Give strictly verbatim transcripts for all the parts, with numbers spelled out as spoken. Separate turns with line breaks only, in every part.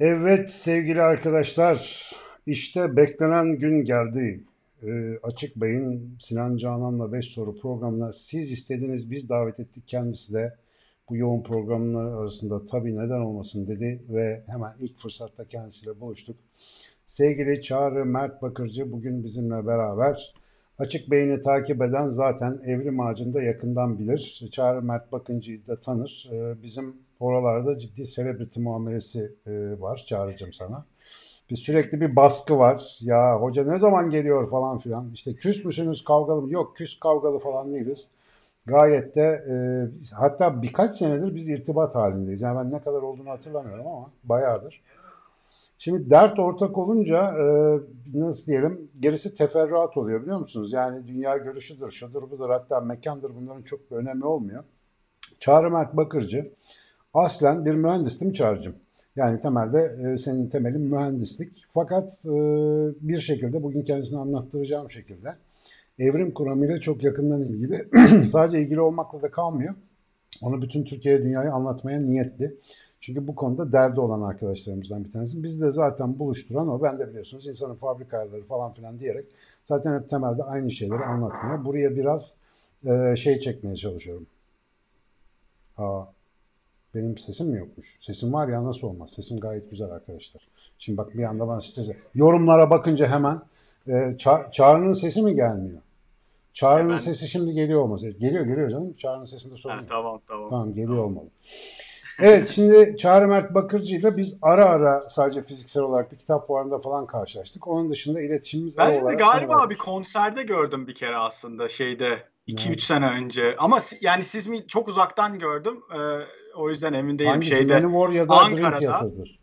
Evet sevgili arkadaşlar, işte beklenen gün geldi. Ee, Açık Bey'in Sinan Canan'la beş soru programına siz istediniz, biz davet ettik. Kendisi de bu yoğun programlar arasında tabii neden olmasın dedi ve hemen ilk fırsatta kendisiyle buluştuk. Sevgili Çağrı Mert Bakırcı bugün bizimle beraber. Açık Beyni takip eden zaten Evrim Ağacı'nda yakından bilir. Çağrı Mert Bakıncı'yı da tanır. Ee, Bizim oralarda ciddi selebriti muamelesi e, var Çağrı'cığım sana. Bir sürekli bir baskı var. Ya hoca ne zaman geliyor falan filan. İşte küs müsünüz, kavgalı mı? Yok, küs kavgalı falan değiliz. Gayet de e, hatta birkaç senedir biz irtibat halindeyiz. Yani ben ne kadar olduğunu hatırlamıyorum ama bayağıdır. Şimdi dert ortak olunca e, nasıl diyelim gerisi teferruat oluyor biliyor musunuz? Yani dünya görüşüdür, şudur budur, hatta mekandır, bunların çok bir önemi olmuyor. Çağrı Mert Bakırcı aslen bir mühendistim Çağrı'cığım. Yani temelde e, senin temelin mühendislik. Fakat e, bir şekilde bugün kendisine anlattıracağım şekilde evrim kuramıyla çok yakından ilgili. Sadece ilgili olmakla da kalmıyor. Onu bütün Türkiye'ye, dünyaya anlatmaya niyetli. Çünkü bu konuda derdi olan arkadaşlarımızdan bir tanesi. Bizi de zaten buluşturan o. Ben de biliyorsunuz insanın fabrika ayarları falan filan diyerek zaten hep temelde aynı şeyleri anlatmaya. Buraya biraz e, şey çekmeye çalışıyorum. Aa, benim sesim mi yokmuş? Sesim var ya, nasıl olmaz? Sesim gayet güzel arkadaşlar. Şimdi bak bir anda bana strese. Yorumlara bakınca hemen e, Ça- Çağrı'nın sesi mi gelmiyor?
E
Çağrı'nın
ben
sesi şimdi geliyor olması. Geliyor geliyor canım. Çağrı'nın sesinde sorun
ha,
yok.
tamam tamam
Tamam, geliyor
tamam.
olmalı. Evet, şimdi Çağrı Mert Bakırcı ile biz ara ara sadece fiziksel olarak bir kitap fuarında falan karşılaştık. Onun dışında iletişimimiz ara
Ben sizi
olarak sana
galiba bir
verdik.
konserde gördüm bir kere aslında şeyde iki üç
Nerede?
sene önce. Ama si- yani siz mi çok uzaktan gördüm. Ee, o yüzden emin değilim.
Hangisi?
Şeyde
Manowar ya da Dream
Ankara'da.
Theater'dır.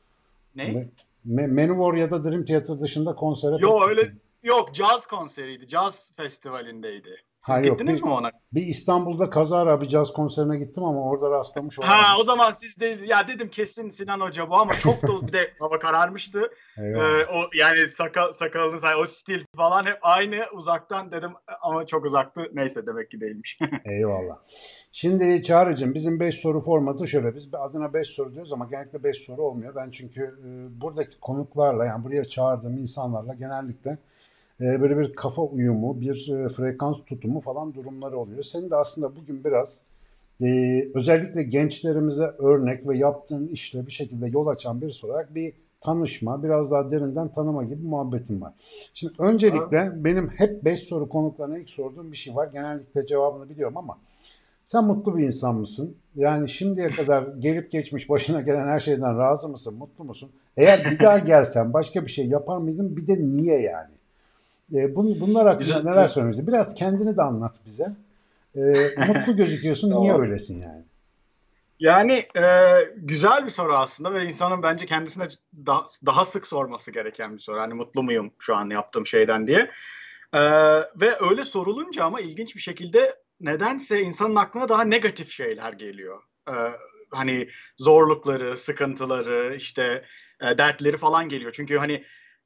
Ne?
Me- Me- Manowar ya da Dream Theater dışında konsere pek
Yo öyle
gitmedim.
yok, caz konseriydi. Caz festivalindeydi.
Ha
Siz
yok,
gittiniz
bir
mi ona?
bir İstanbul'da kazara bir caz konserine gittim ama orada rastlamış
Ha, o
olamamız.
zaman siz de ya dedim kesin Sinan Hoca bu ama çok da bir de hava kararmıştı. Ee,
Eyvallah.
o yani sakal sakalınız o stil falan hep aynı uzaktan dedim ama çok uzaktı. Neyse demek ki değilmiş.
Eyvallah. Şimdi Çağrı'cığım bizim beş soru formatı şöyle. Biz adına beş soru diyoruz ama genellikle beş soru olmuyor. Ben çünkü e, buradaki konuklarla, yani buraya çağırdığım insanlarla genellikle e, böyle bir kafa uyumu, bir e, frekans tutumu falan durumları oluyor. Senin de aslında bugün biraz e, özellikle gençlerimize örnek ve yaptığın işle bir şekilde yol açan birisi olarak bir tanışma, biraz daha derinden tanıma gibi muhabbetim var. Şimdi öncelikle benim hep beş soru konuklarına ilk sorduğum bir şey var. Genellikle cevabını biliyorum ama sen mutlu bir insan mısın? Yani şimdiye kadar gelip geçmiş başına gelen her şeyden razı mısın, mutlu musun? Eğer bir daha gelsen başka bir şey yapar mıydın? Bir de niye yani? E, bun, bunlar hakkında
Güzel.
neler söylemişsin? Biraz kendini de anlat bize. E, mutlu gözüküyorsun, niye
Tamam.
öylesin yani?
Yani e, güzel bir soru aslında ve insanın bence kendisine daha, daha sık sorması gereken bir soru. Hani mutlu muyum şu an yaptığım şeyden diye. E, ve öyle sorulunca ama ilginç bir şekilde nedense insanın aklına daha negatif şeyler geliyor. E, hani zorlukları, sıkıntıları, işte e, dertleri falan geliyor. Çünkü hani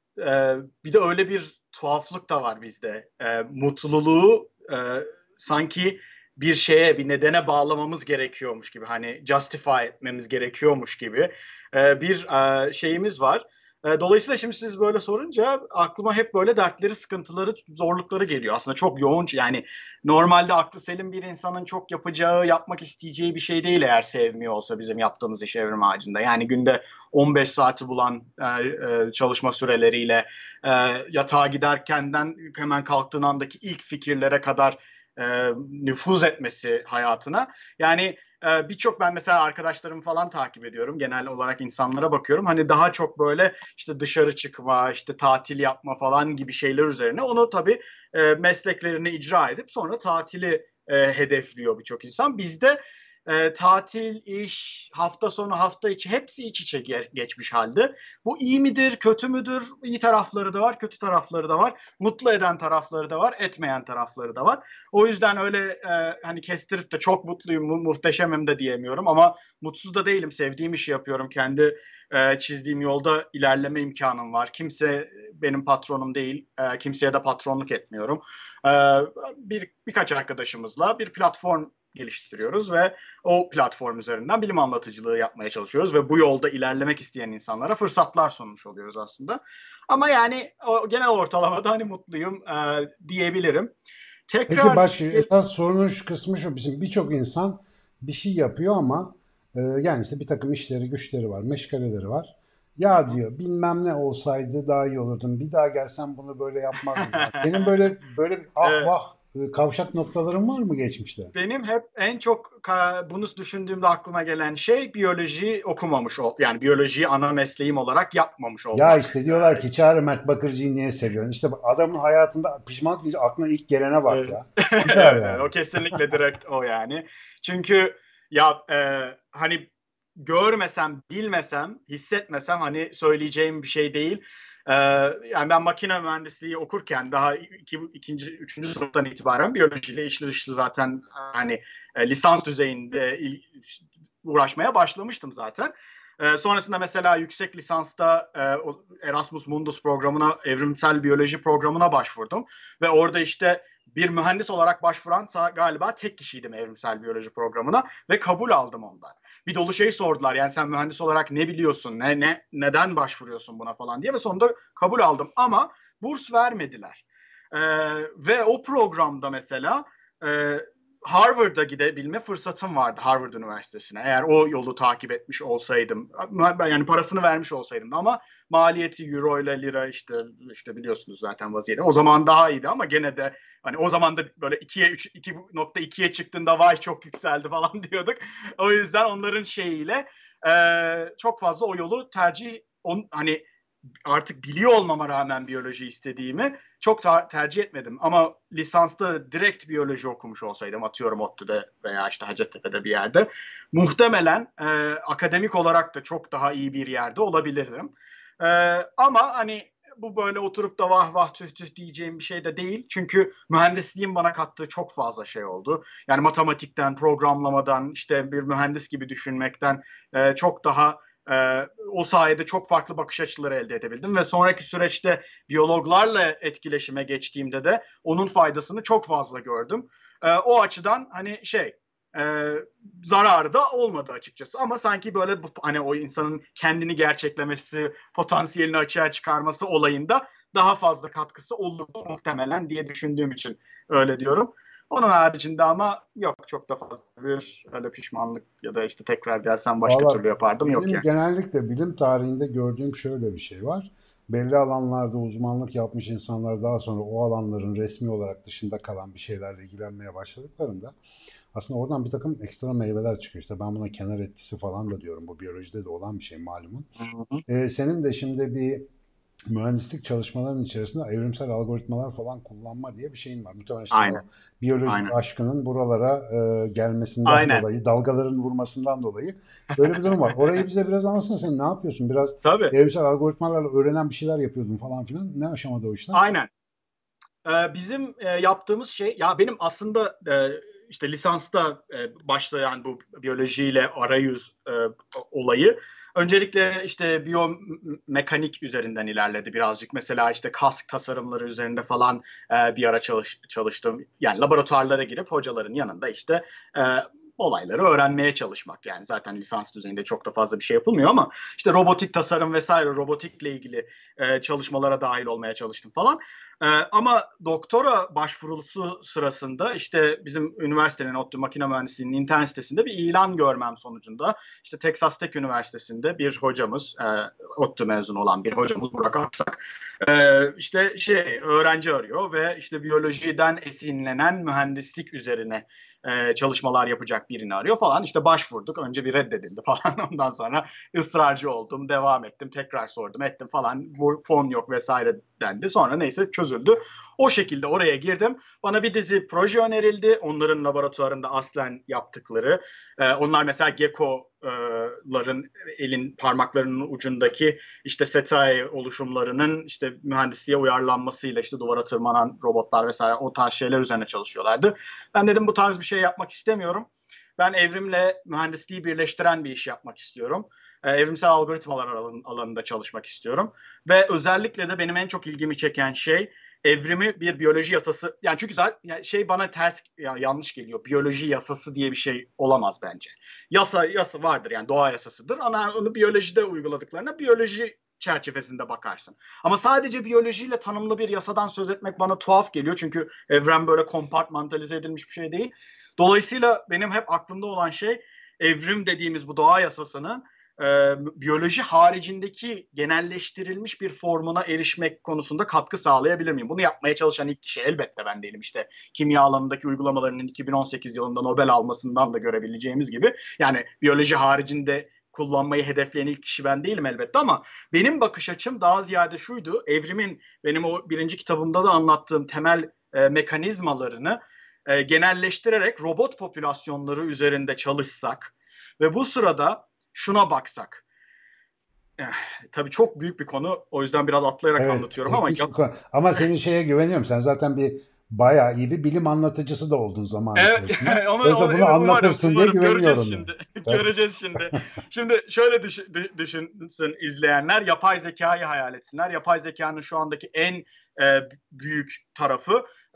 e, bir de öyle bir tuhaflık da var bizde. E, mutluluğu e, sanki bir şeye, bir nedene bağlamamız gerekiyormuş gibi. Hani justify etmemiz gerekiyormuş gibi e, bir e, şeyimiz var. E, dolayısıyla şimdi siz böyle sorunca aklıma hep böyle dertleri, sıkıntıları, zorlukları geliyor. Aslında çok yoğun yani normalde aklı selim bir insanın çok yapacağı, yapmak isteyeceği bir şey değil eğer sevmiyor olsa bizim yaptığımız iş Evrim Ağacı'nda. Yani günde on beş saati bulan e, e, çalışma süreleriyle e, yatağa giderkenden hemen kalktığın andaki ilk fikirlere kadar e, nüfuz etmesi hayatına. Yani e, birçok ben mesela arkadaşlarımı falan takip ediyorum. Genel olarak insanlara bakıyorum. Hani daha çok böyle işte dışarı çıkma, işte tatil yapma falan gibi şeyler üzerine. Onu tabii e, mesleklerini icra edip sonra tatili e, hedefliyor birçok insan. Bizde e, tatil, iş, hafta sonu, hafta içi hepsi iç içe ge- geçmiş halde. Bu iyi midir, kötü müdür? İyi tarafları da var, kötü tarafları da var. Mutlu eden tarafları da var, etmeyen tarafları da var. O yüzden öyle e, hani kestirip de çok mutluyum, mu- muhteşemim de diyemiyorum ama mutsuz da değilim. Sevdiğim işi yapıyorum. Kendi e, çizdiğim yolda ilerleme imkanım var. Kimse benim patronum değil. E, kimseye de patronluk etmiyorum. E, bir birkaç arkadaşımızla bir platform geliştiriyoruz ve o platform üzerinden bilim anlatıcılığı yapmaya çalışıyoruz ve bu yolda ilerlemek isteyen insanlara fırsatlar sunmuş oluyoruz aslında. Ama yani o genel ortalamada hani mutluyum e, diyebilirim.
Peki
Tekrar
baş, esas sorunun şu kısmı şu, bizim birçok insan bir şey yapıyor ama e, yani işte bir takım işleri güçleri var, meşgaleleri var. Ya diyor bilmem ne olsaydı daha iyi olurdum. Bir daha gelsem bunu böyle yapmazdım falan. Senin böyle böyle bir ah
Evet.
vah e, kavşak noktaların var mı geçmişte?
Benim hep en çok bunu düşündüğümde aklıma gelen şey biyoloji okumamış ol, yani biyolojiyi ana mesleğim olarak yapmamış
Ya
olmak.
işte diyorlar ki Çağrı Mert Bakırcı'yı niye seviyorsun? İşte bak, adamın hayatında pişmanlık deyince aklına ilk gelene bak
Evet.
ya. Süper
Evet, evet,
yani.
o kesinlikle direkt o yani. Çünkü ya e, hani görmesem, bilmesem, hissetmesem hani söyleyeceğim bir şey değil. E, Yani ben makine mühendisliği okurken daha iki, ikinci, üçüncü sınıftan itibaren biyolojiyle içli dışlı zaten hani e, lisans düzeyinde il, uğraşmaya başlamıştım zaten. E, sonrasında mesela yüksek lisansta e, Erasmus Mundus programına, evrimsel biyoloji programına başvurdum. Ve orada işte bir mühendis olarak başvuran galiba tek kişiydim evrimsel biyoloji programına ve kabul aldım ondan. Bir dolu şey sordular, yani sen mühendis olarak ne biliyorsun, ne, ne neden başvuruyorsun buna falan diye, ve sonunda kabul aldım ama burs vermediler. Ee, Ve o programda mesela e, Harvard'a gidebilme fırsatım vardı, Harvard Üniversitesi'ne. Eğer o yolu takip etmiş olsaydım, yani parasını vermiş olsaydım, ama maliyeti euro ile lira, işte işte biliyorsunuz zaten vaziyeti. O zaman daha iyiydi ama gene de hani o zaman da böyle ikiye üç, iki nokta ikiye çıktığında vay çok yükseldi falan diyorduk. O yüzden onların şeyiyle e, çok fazla o yolu tercih on, hani artık biliyor olmama rağmen biyoloji istediğimi çok ta- tercih etmedim. Ama lisansta direkt biyoloji okumuş olsaydım, atıyorum ODTÜ'de veya işte Hacettepe'de bir yerde, muhtemelen e, akademik olarak da çok daha iyi bir yerde olabilirdim. E, Ama hani bu böyle oturup da vah vah tüh tüh diyeceğim bir şey de değil. Çünkü mühendisliğin bana kattığı çok fazla şey oldu. Yani matematikten, programlamadan, işte bir mühendis gibi düşünmekten e, çok daha e, o sayede çok farklı bakış açıları elde edebildim ve sonraki süreçte biyologlarla etkileşime geçtiğimde de onun faydasını çok fazla gördüm. E, o açıdan hani şey e, zararı da olmadı açıkçası, ama sanki böyle hani o insanın kendini gerçeklemesi, potansiyelini açığa çıkarması olayında daha fazla katkısı olurdu muhtemelen diye düşündüğüm için öyle diyorum. Onun haricinde ama yok, çok da fazla bir öyle pişmanlık ya da işte tekrar gelsem başka
Valla
türlü yapardım yok
benim
yani.
genellikle bilim tarihinde gördüğüm şöyle bir şey var. Belli alanlarda uzmanlık yapmış insanlar daha sonra o alanların resmi olarak dışında kalan bir şeylerle ilgilenmeye başladıklarında aslında oradan bir takım ekstra meyveler çıkıyor. İşte ben buna kenar etkisi falan da diyorum. Bu biyolojide de olan bir şey malumun.
Hı hı.
Ee, senin de şimdi bir mühendislik çalışmalarının içerisinde evrimsel algoritmalar falan kullanma diye bir şeyin var. Muhtemelen işte o
Aynen.
biyolojik
Aynen.
aşkının buralara e, gelmesinden
Aynen.
dolayı, dalgaların vurmasından dolayı böyle bir durum var. Orayı bize biraz anlatsana, sen ne yapıyorsun? Biraz
Tabii.
evrimsel algoritmalarla öğrenen bir şeyler yapıyordun falan filan. Ne aşamada o işler?
Aynen. Ee, bizim e, yaptığımız şey, ya benim aslında e, işte lisansta e, başlayan bu biyolojiyle arayüz e, olayı öncelikle işte biyomekanik üzerinden ilerledi birazcık. Mesela işte kask tasarımları üzerinde falan e, bir ara çalış, çalıştım. Yani laboratuvarlara girip hocaların yanında işte e, olayları öğrenmeye çalışmak. Yani zaten lisans düzeyinde çok da fazla bir şey yapılmıyor ama işte robotik tasarım vesaire, robotikle ilgili e, çalışmalara dahil olmaya çalıştım falan. Ee, ama doktora başvurusu sırasında işte bizim üniversitenin, ODTÜ Makine Mühendisliği'nin internet sitesinde bir ilan görmem sonucunda işte Texas Tech Üniversitesi'nde bir hocamız, e, ODTÜ mezunu olan bir hocamız Burak Aksak, e, işte şey öğrenci arıyor ve işte biyolojiden esinlenen mühendislik üzerine e, çalışmalar yapacak birini arıyor falan. İşte başvurduk. Önce bir reddedildi falan. Ondan sonra ısrarcı oldum. Devam ettim. Tekrar sordum ettim falan. Fon yok vesaire dendi. Sonra neyse çözüldü. O şekilde oraya girdim. Bana bir dizi proje önerildi. Onların laboratuvarında aslen yaptıkları. Ee, onlar mesela gecko'ların elin parmaklarının ucundaki işte setae oluşumlarının işte mühendisliğe uyarlanmasıyla işte duvara tırmanan robotlar vesaire o tarz şeyler üzerine çalışıyorlardı. Ben dedim bu tarz bir şey yapmak istemiyorum. Ben evrimle mühendisliği birleştiren bir iş yapmak istiyorum. Ee, evrimsel algoritmalar alanında çalışmak istiyorum. Ve özellikle de benim en çok ilgimi çeken şey evrimi bir biyoloji yasası, yani çünkü zaten yani şey bana ters, ya yanlış geliyor. Biyoloji yasası diye bir şey olamaz bence. Yasa yasa vardır, yani doğa yasasıdır ama onu biyolojide uyguladıklarına biyoloji çerçevesinde bakarsın. Ama sadece biyolojiyle tanımlı bir yasadan söz etmek bana tuhaf geliyor. Çünkü evren böyle kompartmantalize edilmiş bir şey değil. Dolayısıyla benim hep aklımda olan şey, evrim dediğimiz bu doğa yasasının e, biyoloji haricindeki genelleştirilmiş bir formuna erişmek konusunda katkı sağlayabilir miyim? Bunu yapmaya çalışan ilk kişi elbette ben değilim. İşte kimya alanındaki uygulamalarının iki bin on sekiz yılında Nobel almasından da görebileceğimiz gibi, yani biyoloji haricinde kullanmayı hedefleyen ilk kişi ben değilim elbette, ama benim bakış açım daha ziyade şuydu: evrimin benim o birinci kitabımda da anlattığım temel e, mekanizmalarını e, genelleştirerek robot popülasyonları üzerinde çalışsak ve bu sırada şuna baksak. Eh, tabii çok büyük bir konu, o yüzden biraz atlayarak
Evet,
anlatıyorum ama
teknik
ya,
bir konu. Ama senin şeye güveniyorum. Sen zaten bir bayağı iyi bir bilim anlatıcısı da oldun zaman
evet,
içerisinde.
onu,
Dolayısıyla
onu-
bunu
evet, umarım
anlatırsın diye
umarım göreceğiz
güveniyorum yani.
şimdi.
Tabii.
Göreceğiz şimdi. Şimdi şöyle düşün, düşünsün izleyenler, yapay zekayı hayal etsinler. Yapay zekanın şu andaki en e, büyük tarafı e,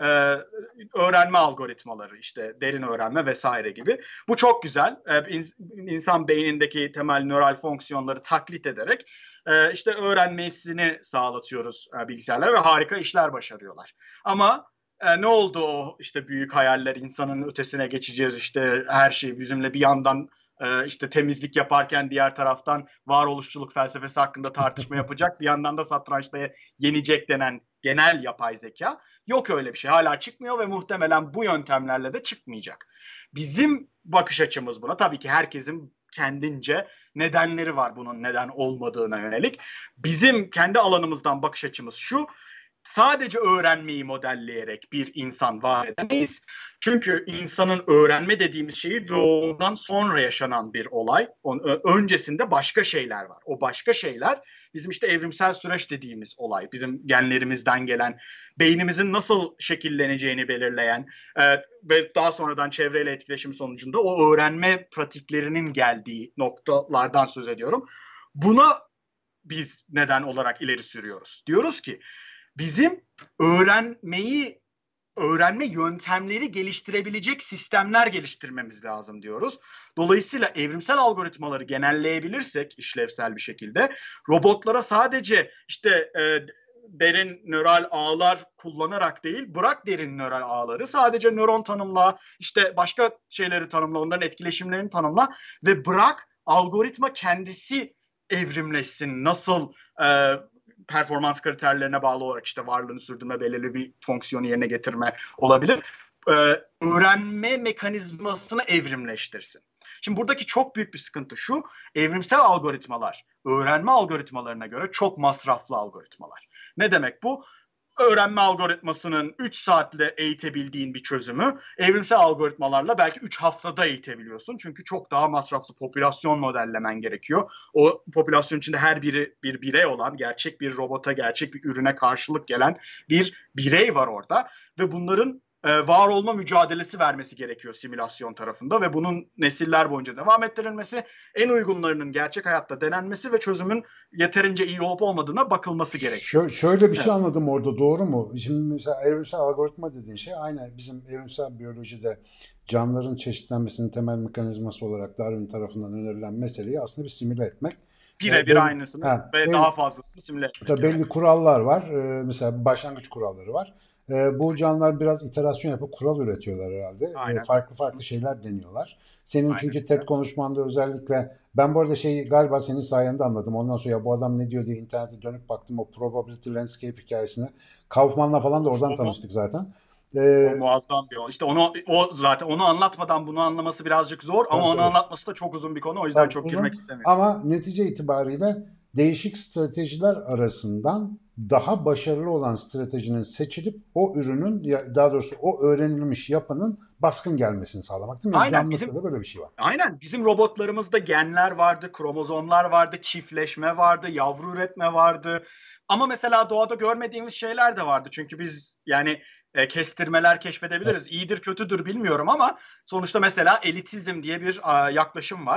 öğrenme algoritmaları, işte derin öğrenme vesaire gibi. Bu çok güzel. E, insan beynindeki temel nöral fonksiyonları taklit ederek e, işte öğrenmesini sağlatıyoruz e, bilgisayarlara ve harika işler başarıyorlar. Ama e, ne oldu o işte büyük hayaller, insanın ötesine geçeceğiz, işte her şey bizimle, bir yandan e, işte temizlik yaparken diğer taraftan varoluşçuluk felsefesi hakkında tartışma yapacak, bir yandan da satrançta yenecek denen genel yapay zeka. Yok öyle bir şey, hala çıkmıyor ve muhtemelen bu yöntemlerle de çıkmayacak. Bizim bakış açımız buna, tabii ki herkesin kendince nedenleri var bunun neden olmadığına yönelik. Bizim kendi alanımızdan bakış açımız şu: sadece öğrenmeyi modelleyerek bir insan var edemeyiz. Çünkü insanın öğrenme dediğimiz şeyi doğumdan sonra yaşanan bir olay. Onun öncesinde başka şeyler var. O başka şeyler bizim işte evrimsel süreç dediğimiz olay. Bizim genlerimizden gelen, beynimizin nasıl şekilleneceğini belirleyen e, ve daha sonradan çevreyle etkileşim sonucunda o öğrenme pratiklerinin geldiği noktalardan söz ediyorum. Buna biz neden olarak ileri sürüyoruz. Diyoruz ki bizim öğrenmeyi, öğrenme yöntemleri geliştirebilecek sistemler geliştirmemiz lazım diyoruz. Dolayısıyla evrimsel algoritmaları genelleyebilirsek işlevsel bir şekilde, robotlara sadece işte e, derin nöral ağlar kullanarak değil, bırak derin nöral ağları, sadece nöron tanımla, işte başka şeyleri tanımla, onların etkileşimlerini tanımla ve bırak algoritma kendisi evrimleşsin. Nasıl e, performans kriterlerine bağlı olarak işte varlığını sürdürme, belirli bir fonksiyonu yerine getirme olabilir. Ee, öğrenme mekanizmasını evrimleştirsin. Şimdi buradaki çok büyük bir sıkıntı şu: evrimsel algoritmalar öğrenme algoritmalarına göre çok masraflı algoritmalar. Ne demek bu? Öğrenme algoritmasının üç saatte eğitebildiğin bir çözümü evrimsel algoritmalarla belki üç haftada eğitebiliyorsun. Çünkü çok daha masraflı, popülasyon modellemen gerekiyor. O popülasyon içinde her biri bir birey olan, gerçek bir robota, gerçek bir ürüne karşılık gelen bir birey var orada ve bunların e, var olma mücadelesi vermesi gerekiyor simülasyon tarafında ve bunun nesiller boyunca devam ettirilmesi, en uygunlarının gerçek hayatta denenmesi ve çözümün yeterince iyi olup olmadığına bakılması gerekiyor.
Şö- şöyle bir şey
Evet.
anladım orada, doğru mu? Şimdi mesela evrimsel algoritma dediğin şey aynı bizim evrimsel biyolojide canlıların çeşitlenmesinin temel mekanizması olarak Darwin tarafından önerilen meseleyi aslında bir simüle etmek. E,
Birebir
belli,
aynısını
ha,
ve
belli,
daha fazlasını simüle etmek.
Tabii
Evet.
belli kurallar var. Ee, mesela başlangıç kuralları var. Ee, bu canlılar biraz iterasyon yapıp kural üretiyorlar herhalde. Ee,
Aynen.
farklı farklı şeyler deniyorlar. Senin
Aynen
çünkü TED
öyle.
konuşmanda özellikle ben bu arada şeyi galiba senin sayende anladım. Ondan sonra ya bu adam ne diyor diye internete dönüp baktım o probability landscape hikayesine. Kaufman'la falan da
Of,
oradan
o, mu,
tanıştık zaten.
o
Ee,
muazzam bir yol. İşte onu, o zaten onu anlatmadan bunu anlaması birazcık zor ama
tabii
onu
tabii.
anlatması da çok uzun bir konu. O yüzden
Tabii
çok girmek
uzun
istemiyorum.
ama netice itibariyle değişik stratejiler arasından daha başarılı olan stratejinin seçilip o ürünün ya- daha doğrusu o öğrenilmiş yapının baskın gelmesini sağlamak değil mi? Yani
Aynen
canlılıkta
bizim
da böyle bir şey var.
aynen bizim robotlarımızda genler vardı, kromozomlar vardı, çiftleşme vardı, yavru üretme vardı. Ama mesela doğada görmediğimiz şeyler de vardı. Çünkü biz yani e, kestirmeler keşfedebiliriz. İyidir kötüdür bilmiyorum ama sonuçta mesela elitizm diye bir a, yaklaşım var.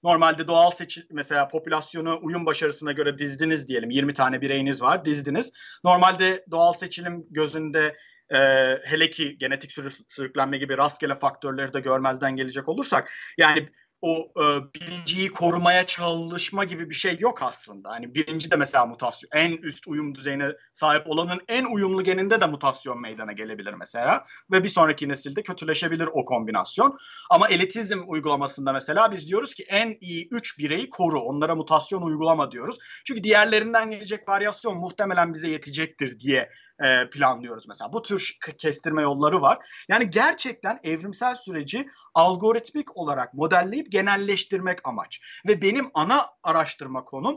normalde doğal seçim mesela popülasyonu uyum başarısına göre dizdiniz diyelim. yirmi tane bireyiniz var, dizdiniz. Normalde doğal seçilim gözünde e, hele ki genetik sürüklenme gibi rastgele faktörleri de görmezden gelecek olursak yani o e, birinciyi korumaya çalışma gibi bir şey yok aslında. Hani birinci de mesela mutasyon, en üst uyum düzeyine sahip olanın en uyumlu geninde de mutasyon meydana gelebilir mesela ve bir sonraki nesilde kötüleşebilir o kombinasyon. Ama elitizm uygulamasında mesela biz diyoruz ki en iyi üç bireyi koru, onlara mutasyon uygulama diyoruz. Çünkü diğerlerinden gelecek varyasyon muhtemelen bize yetecektir diye e, planlıyoruz mesela. Bu tür kestirme yolları var. Yani gerçekten evrimsel süreci algoritmik olarak modelleyip genelleştirmek amaç. Ve benim ana araştırma konum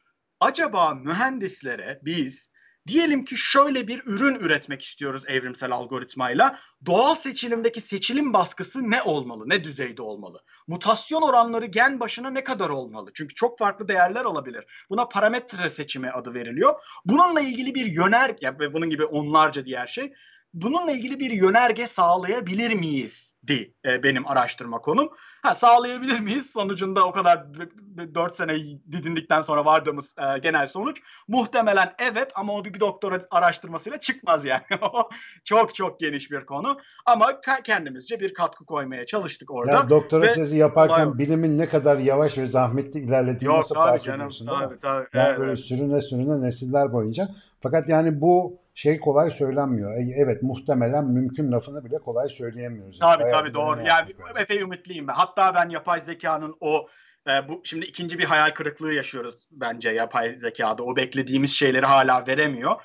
acaba mühendislere biz diyelim ki şöyle bir ürün üretmek istiyoruz evrimsel algoritmayla. Doğal seçilimdeki seçilim baskısı ne olmalı? Ne düzeyde olmalı? Mutasyon oranları gen başına ne kadar olmalı? Çünkü çok farklı değerler alabilir. Buna parametre seçimi adı veriliyor. Bununla ilgili bir yönerge ve bunun gibi onlarca diğer şey. Bununla ilgili bir yönerge sağlayabilir miyiz? Di e, benim araştırma konum. Ha, sağlayabilir miyiz? Sonucunda o kadar dört sene didindikten sonra vardığımız e, genel sonuç muhtemelen evet, ama o bir, bir doktora araştırmasıyla çıkmaz yani. Çok çok geniş bir konu ama kendimizce bir katkı koymaya çalıştık orada.
Yani doktora
Ve
tezi yaparken bilimin ne kadar yavaş ve zahmetli ilerlediğini
Yok
nasıl
tabii
fark
canım.
ediyorsun, değil mi?
Tabii tabii.
Yani
Evet,
böyle
evet.
sürüne sürüne nesiller boyunca. Fakat yani bu şey kolay söylenmiyor. E, Evet, muhtemelen mümkün lafını bile kolay söyleyemiyoruz. Yani
Tabii
bayağı
tabii
bir deneme
doğru. Yani
yapmak lazım.
epey ümitliyim ben. Hatta ben yapay zekanın o e, bu şimdi ikinci bir hayal kırıklığı yaşıyoruz bence yapay zekada. O beklediğimiz şeyleri hala veremiyor.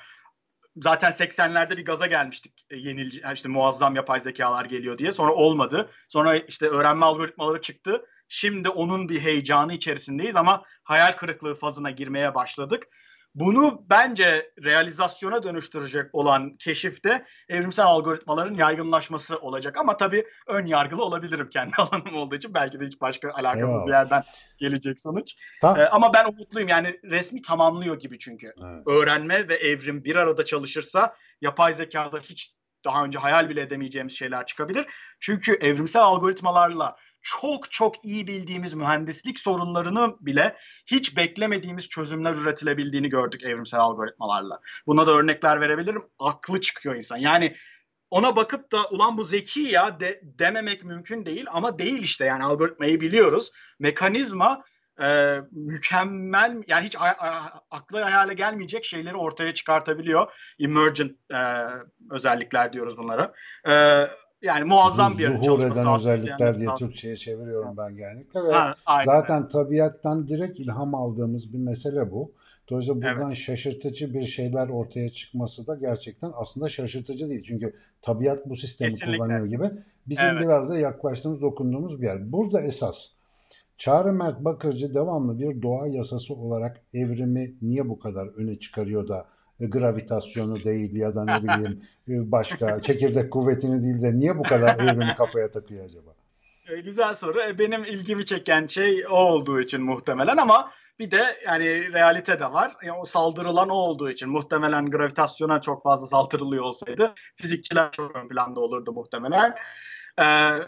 Zaten seksenlerde bir gaza gelmiştik, e, yenilci işte muazzam yapay zekalar geliyor diye. Sonra olmadı. Sonra işte öğrenme algoritmaları çıktı. Şimdi onun bir heyecanı içerisindeyiz ama hayal kırıklığı fazına girmeye başladık. Bunu bence realizasyona dönüştürecek olan keşifte evrimsel algoritmaların yaygınlaşması olacak. Ama tabii ön yargılı olabilirim kendi alanım olduğu için. Belki de hiç başka alakasız bir
Eyvallah.
yerden gelecek sonuç. Ee,
Tam,
ama ben umutluyum, yani resmi tamamlıyor gibi çünkü.
evet.
Öğrenme ve evrim bir arada çalışırsa yapay zekada hiç daha önce hayal bile edemeyeceğimiz şeyler çıkabilir. Çünkü evrimsel algoritmalarla çok çok iyi bildiğimiz mühendislik sorunlarını bile hiç beklemediğimiz çözümler üretilebildiğini gördük evrimsel algoritmalarla. Buna da örnekler verebilirim. Aklı çıkıyor insan. Yani ona bakıp da ulan bu zeki ya de, dememek mümkün değil ama değil işte, yani algoritmayı biliyoruz. Mekanizma e, mükemmel, yani hiç a, a, akla hayale gelmeyecek şeyleri ortaya çıkartabiliyor. Emergent e, özellikler diyoruz bunlara. E, yani muazzam bir
Zuhur
çalışma,
eden
sağlık isteyenlere
özellikler diye
tavsiye.
Türkçe'ye çeviriyorum ben genellikle ve
Ha, aynen öyle.
zaten tabiattan direkt ilham aldığımız bir mesele bu. Dolayısıyla buradan
Evet.
şaşırtıcı bir şeyler ortaya çıkması da gerçekten aslında şaşırtıcı değil. Çünkü tabiat bu sistemi
Kesinlikle.
kullanıyor gibi. Bizim
Evet.
biraz da yaklaştığımız, dokunduğumuz bir yer. Burada esas Çağrı Mert Bakırcı devamlı bir doğa yasası olarak evrimi niye bu kadar öne çıkarıyor da e, gravitasyonu değil ya da ne bileyim e, başka çekirdek kuvvetini değil de niye bu kadar evrimi kafaya takıyor acaba?
E, güzel soru. E, benim ilgimi çeken şey o olduğu için muhtemelen, ama bir de yani realite de var. E, o saldırılan o olduğu için muhtemelen gravitasyona çok fazla saldırılıyor olsaydı fizikçiler çok ön planda olurdu muhtemelen. E,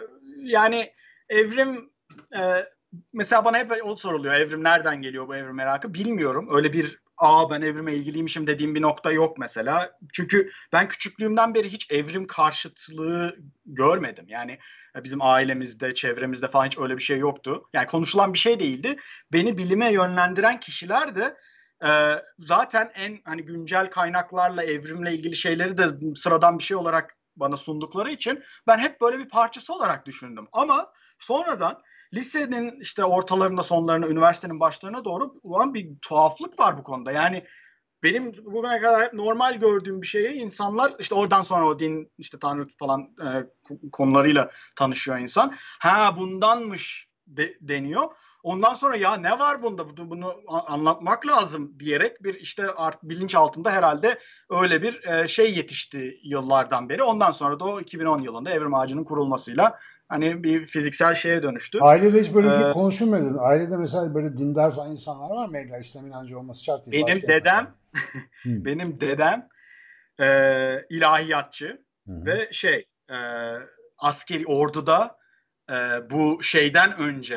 yani evrim e, mesela bana hep o soruluyor. Evrim nereden geliyor, bu evrim merakı? Bilmiyorum. Öyle bir aa ben evrime ilgiliymişim dediğim bir nokta yok mesela. Çünkü ben küçüklüğümden beri hiç evrim karşıtlığı görmedim. Yani bizim ailemizde, çevremizde falan hiç öyle bir şey yoktu. Yani konuşulan bir şey değildi. Beni bilime yönlendiren kişiler de e, zaten en hani güncel kaynaklarla evrimle ilgili şeyleri de sıradan bir şey olarak bana sundukları için ben hep böyle bir parçası olarak düşündüm. Ama sonradan lisenin işte ortalarında, sonlarına, üniversitenin başlarına doğru olan bir tuhaflık var bu konuda. Yani benim bugüne kadar hep normal gördüğüm bir şeye insanlar işte oradan sonra o din işte Tanrı falan e, konularıyla tanışıyor insan. Ha bundanmış de, deniyor. Ondan sonra ya ne var bunda, bunu anlatmak lazım diyerek bir işte art, bilinç altında herhalde öyle bir e, şey yetişti yıllardan beri. Ondan sonra da o iki bin on yılında Evrim Ağacı'nın kurulmasıyla hani bir fiziksel şeye dönüştü.
Ailede hiç böyle bir şey
Ee,
konuşulmadı. Ailede mesela böyle dindar falan insanlar var mı? İlla İslam inancı olması şart değil.
benim
Başka inançlar.
dedem
Hmm.
benim dedem e, ilahiyatçı
Hı hı.
ve şey e, askeri orduda e, bu şeyden önce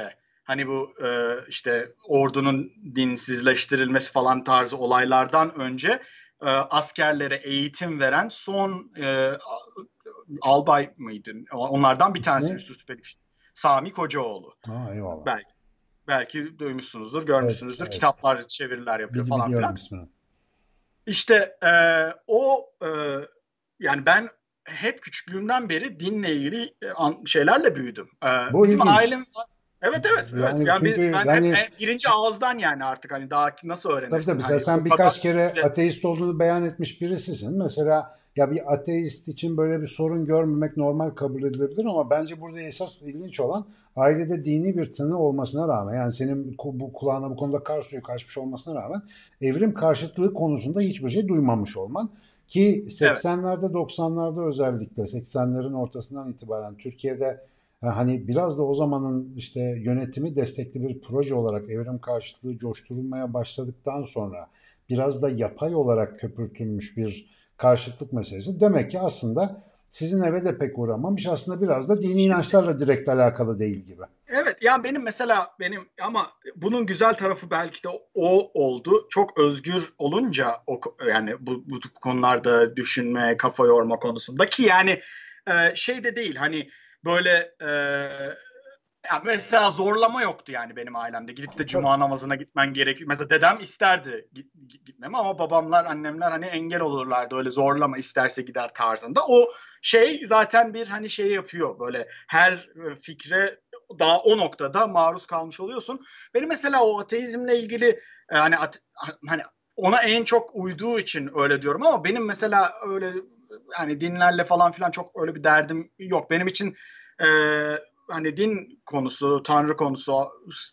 hani bu e, işte ordunun dinsizleştirilmesi falan tarzı olaylardan önce e, askerlere eğitim veren son e, albay mıydı? Onlardan bir tanesi
İsmi?
üst üste Sami Kocaoğlu.
Aa, eyvallah.
Belki belki duymuşsunuzdur,
Evet,
görmüşsünüzdür.
evet.
Kitaplar, çeviriler yapıyor
Bili
falan
biliyorum
filan.
ismini.
İşte e, o e, yani ben hep küçüklüğümden beri dinle ilgili e, an- şeylerle büyüdüm. E,
Bu
bizim
ilginç.
ailem evet evet evet.
Yani
Yani biz,
çünkü
ben hep
yani
e, birinci ağızdan yani artık hani daha nasıl
tabii
öğrenirsin
tabii sen,
hani
sen
o kadar
birkaç kere
bir de
ateist olduğunu beyan etmiş birisisin. Mesela ya bir ateist için böyle bir sorun görmemek normal kabul edilebilir ama bence burada esas ilginç olan ailede dini bir tını olmasına rağmen yani senin ku- bu kulağına bu konuda kar suyu kaçmış olmasına rağmen evrim karşıtlığı konusunda hiçbir şey duymamış olman ki
evet.
seksenlerde doksanlarda özellikle seksenlerin ortasından itibaren Türkiye'de ha, hani biraz da o zamanın işte yönetimi destekli bir proje olarak evrim karşıtlığı coşturulmaya başladıktan sonra biraz da yapay olarak köpürtülmüş bir karşıtlık meselesi. Demek ki aslında sizin eve de pek uğramamış. Aslında biraz da dini
Şimdi
inançlarla direkt alakalı değil gibi.
evet yani benim mesela benim ama bunun güzel tarafı belki de o oldu. Çok özgür olunca o yani bu, bu konularda düşünme, kafa yorma konusunda ki yani e, şey de değil hani böyle e, ya mesela zorlama yoktu yani benim ailemde. Gidip de
Tabii.
cuma namazına gitmen gerekiyor. Mesela dedem isterdi git, gitmemi ama babamlar, annemler hani engel olurlardı. Öyle zorlama isterse gider tarzında. O şey zaten bir hani şey yapıyor böyle her fikre daha o noktada maruz kalmış oluyorsun. Benim mesela o ateizmle ilgili e, hani ate, hani ona en çok uyduğu için öyle diyorum ama benim mesela öyle yani dinlerle falan filan çok öyle bir derdim yok. Benim için e, hani din konusu, tanrı konusu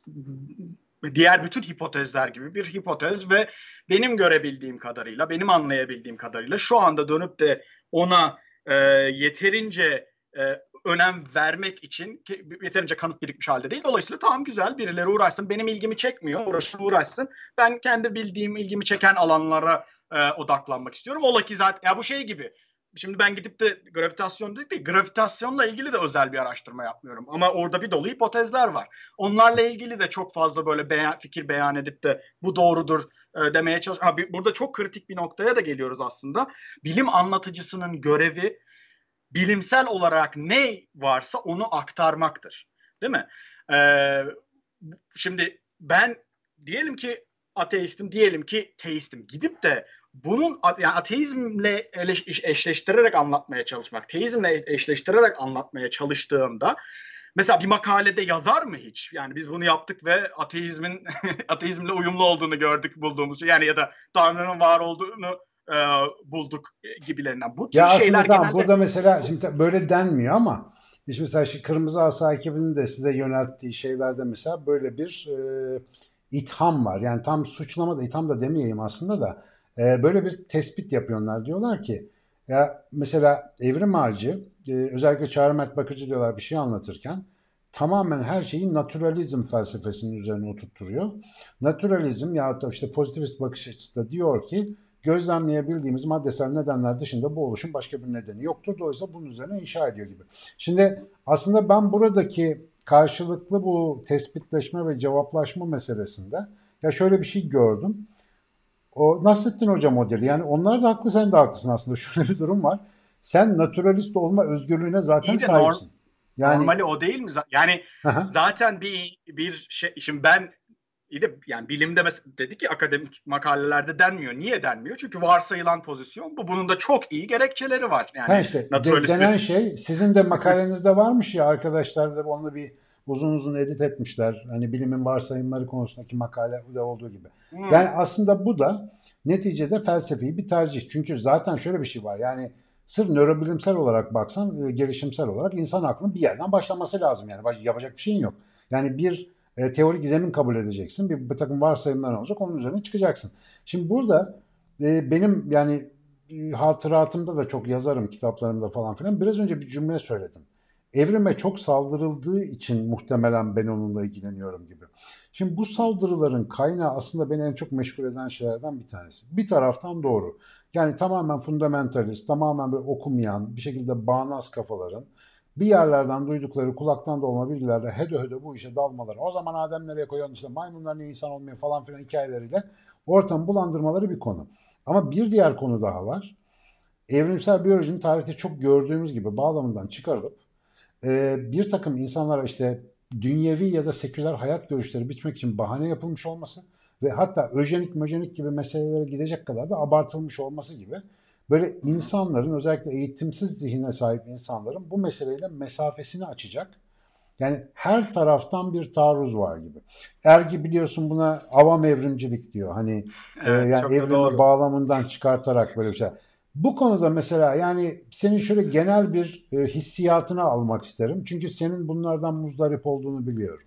diğer bütün hipotezler gibi bir hipotez ve benim görebildiğim kadarıyla, benim anlayabildiğim kadarıyla şu anda dönüp de ona e, yeterince e, önem vermek için ki yeterince kanıt birikmiş halde değil. Dolayısıyla tamam güzel birileri uğraşsın. Benim ilgimi çekmiyor. Uğraşın uğraşsın. Ben kendi bildiğim ilgimi çeken alanlara e, odaklanmak istiyorum. Ola ki zaten ya bu şey gibi. Şimdi ben gidip de gravitasyon dedik de gravitasyonla ilgili de özel bir araştırma yapmıyorum. Ama orada bir dolu hipotezler var. Onlarla ilgili de çok fazla böyle beyan, fikir beyan edip de bu doğrudur e, demeye çalışıyorum. Burada çok kritik bir noktaya da geliyoruz aslında. Bilim anlatıcısının görevi bilimsel olarak ne varsa onu aktarmaktır. Değil mi? Ee, şimdi ben diyelim ki ateistim, diyelim ki teistim. Gidip de bunun yani ateizmle eşleştirerek anlatmaya çalışmak, teizmle eşleştirerek anlatmaya çalıştığımda mesela bir makalede yazar mı hiç? Yani biz bunu yaptık ve ateizmin ateizmle uyumlu olduğunu gördük bulduğumuz şey. Yani ya da Tanrı'nın var olduğunu e, bulduk gibilerinden. Bu tür
Ya
şeyler
aslında tamam
genelde
burada mesela şimdi böyle denmiyor ama işte mesela şu Kırmızı Asa ekibinin de size yönelttiği şeylerde mesela böyle bir e, itham var. Yani tam suçlama da itham da demeyeyim aslında da e, böyle bir tespit yapıyorlar. Diyorlar ki ya mesela Evrim Ağacı e, özellikle Çağrı Mert Bakıcı diyorlar bir şey anlatırken tamamen her şeyi naturalizm felsefesinin üzerine oturtturuyor. Naturalizm ya da işte pozitivist bakış açısı da diyor ki gözlemleyebildiğimiz maddesel nedenler dışında bu oluşun başka bir nedeni yoktur. Dolayısıyla bunun üzerine inşa ediyor gibi. Şimdi aslında ben buradaki karşılıklı bu tespitleşme ve cevaplaşma meselesinde ya şöyle bir şey gördüm. O Nasrettin Hoca modeli yani onlar da haklı sen de haklısın aslında. Şöyle bir durum var. Sen naturalist olma özgürlüğüne zaten
iyi de norm,
sahipsin. Yani
normali o değil mi? Yani zaten bir bir şey şimdi ben iyi de yani bilimde mes- dedi ki akademik makalelerde denmiyor. Niye denmiyor? Çünkü varsayılan pozisyon bu. Bunun da çok iyi gerekçeleri var.
ha
Yani
işte de,
naturalist
denen
bir
şey sizin de makalenizde varmış ya arkadaşlar da onu bir uzun uzun edit etmişler. Hani bilimin varsayımları konusundaki makalede olduğu gibi. Yani
hmm,
aslında bu da neticede felsefi bir tercih. Çünkü zaten şöyle bir şey var. Yani sırf nörobilimsel olarak baksan, e, gelişimsel olarak insan aklının bir yerden başlaması lazım. Yani baş- yapacak bir şeyin yok. Yani bir e, teorik zemin kabul edeceksin. Bir, bir takım varsayımlar olacak. Onun üzerine çıkacaksın. Şimdi burada e, benim yani hatıratımda da çok yazarım kitaplarımda falan filan. Biraz önce bir cümle söyledim. Evrime çok saldırıldığı için muhtemelen ben onunla ilgileniyorum gibi. Şimdi bu saldırıların kaynağı aslında beni en çok meşgul eden şeylerden bir tanesi. Bir taraftan doğru. Yani tamamen fundamentalist, tamamen böyle okumayan, bir şekilde bağnaz kafaların bir yerlerden duydukları kulaktan dolma bilgilerle hede hede bu işe dalmaları. O zaman Adem nereye koyalım, işte maymunlar niye insan olmuyor falan filan hikayeleriyle ortamı bulandırmaları bir konu. Ama bir diğer konu daha var. Evrimsel biyolojinin tarihte çok gördüğümüz gibi bağlamından çıkarılıp e, bir takım insanlara işte dünyevi ya da seküler hayat görüşleri biçmek için bahane yapılmış olması ve hatta öjenik möjenik gibi meselelere gidecek kadar da abartılmış olması gibi böyle
Hı hı.
insanların, özellikle eğitimsiz zihine sahip insanların bu meseleyle mesafesini açacak. Yani her taraftan bir taarruz var gibi. Ergi biliyorsun buna avam evrimcilik diyor. Hani e,
Evet,
yani
çok da
evrimi
doğru.
bağlamından çıkartarak böyle bir şey. Bu konuda mesela yani senin şöyle genel bir e, hissiyatını almak isterim. Çünkü senin bunlardan muzdarip olduğunu biliyorum.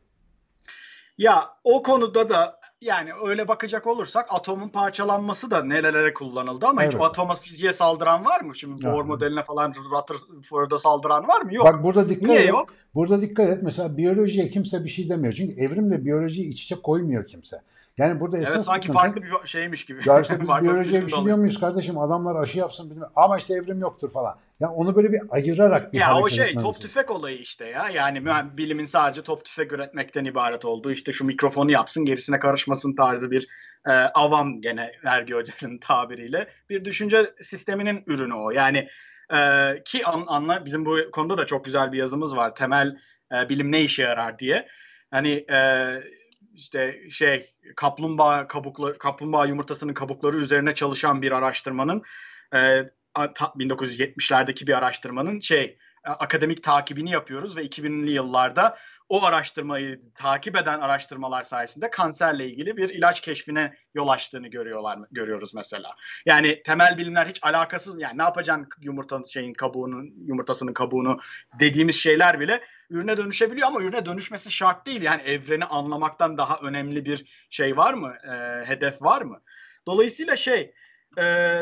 Ya o konuda da yani öyle bakacak olursak atomun parçalanması da nerelere kullanıldı ama hiç o
Elbette.
atoma fiziğe saldıran var mı? Şimdi Bohr
Ha.
modeline falan Rutherford'a saldıran var mı?
Bak
Yok.
burada dikkat
Niye
et.
yok?
Burada dikkat et. Mesela biyolojiye kimse bir şey demiyor. Çünkü evrimle biyolojiyi iç içe koymuyor kimse. Yani burada
Evet,
esas
sanki
sıkıntı,
farklı bir şeymiş gibi.
ya işte biz
Farklı bir
biyolojiye bir
bilim
şey
dalı
diyor
gibi.
muyuz kardeşim? Adamlar aşı yapsın bilmem. Ama işte evrim yoktur falan. Ya onu böyle bir ayırarak bir
Ya o
hareket
şey
etmemiz
top
lazım.
tüfek olayı işte ya. Yani mühen- bilimin sadece top tüfek üretmekten ibaret olduğu, işte şu mikrofonu yapsın gerisine karışmasın tarzı bir e, avam, gene Ergi Hoca'nın tabiriyle bir düşünce sisteminin ürünü o. Yani e, ki an, anla bizim bu konuda da çok güzel bir yazımız var. Temel e, bilim ne işe yarar diye. Hani e, işte şey kaplumbağa kabukları, kaplumbağa yumurtasının kabukları üzerine çalışan bir araştırmanın e, bin dokuz yüz yetmişlerdeki bir araştırmanın şey akademik takibini yapıyoruz ve iki binli yıllarda o araştırmayı takip eden araştırmalar sayesinde kanserle ilgili bir ilaç keşfine yol açtığını görüyorlar görüyoruz mesela. Yani temel bilimler hiç alakasız, yani ne yapacaksın yumurtanın şeyin kabuğunun yumurtasının kabuğunu dediğimiz şeyler bile ürüne dönüşebiliyor ama ürüne dönüşmesi şart değil. Yani evreni anlamaktan daha önemli bir şey var mı? E, hedef var mı? Dolayısıyla şey e,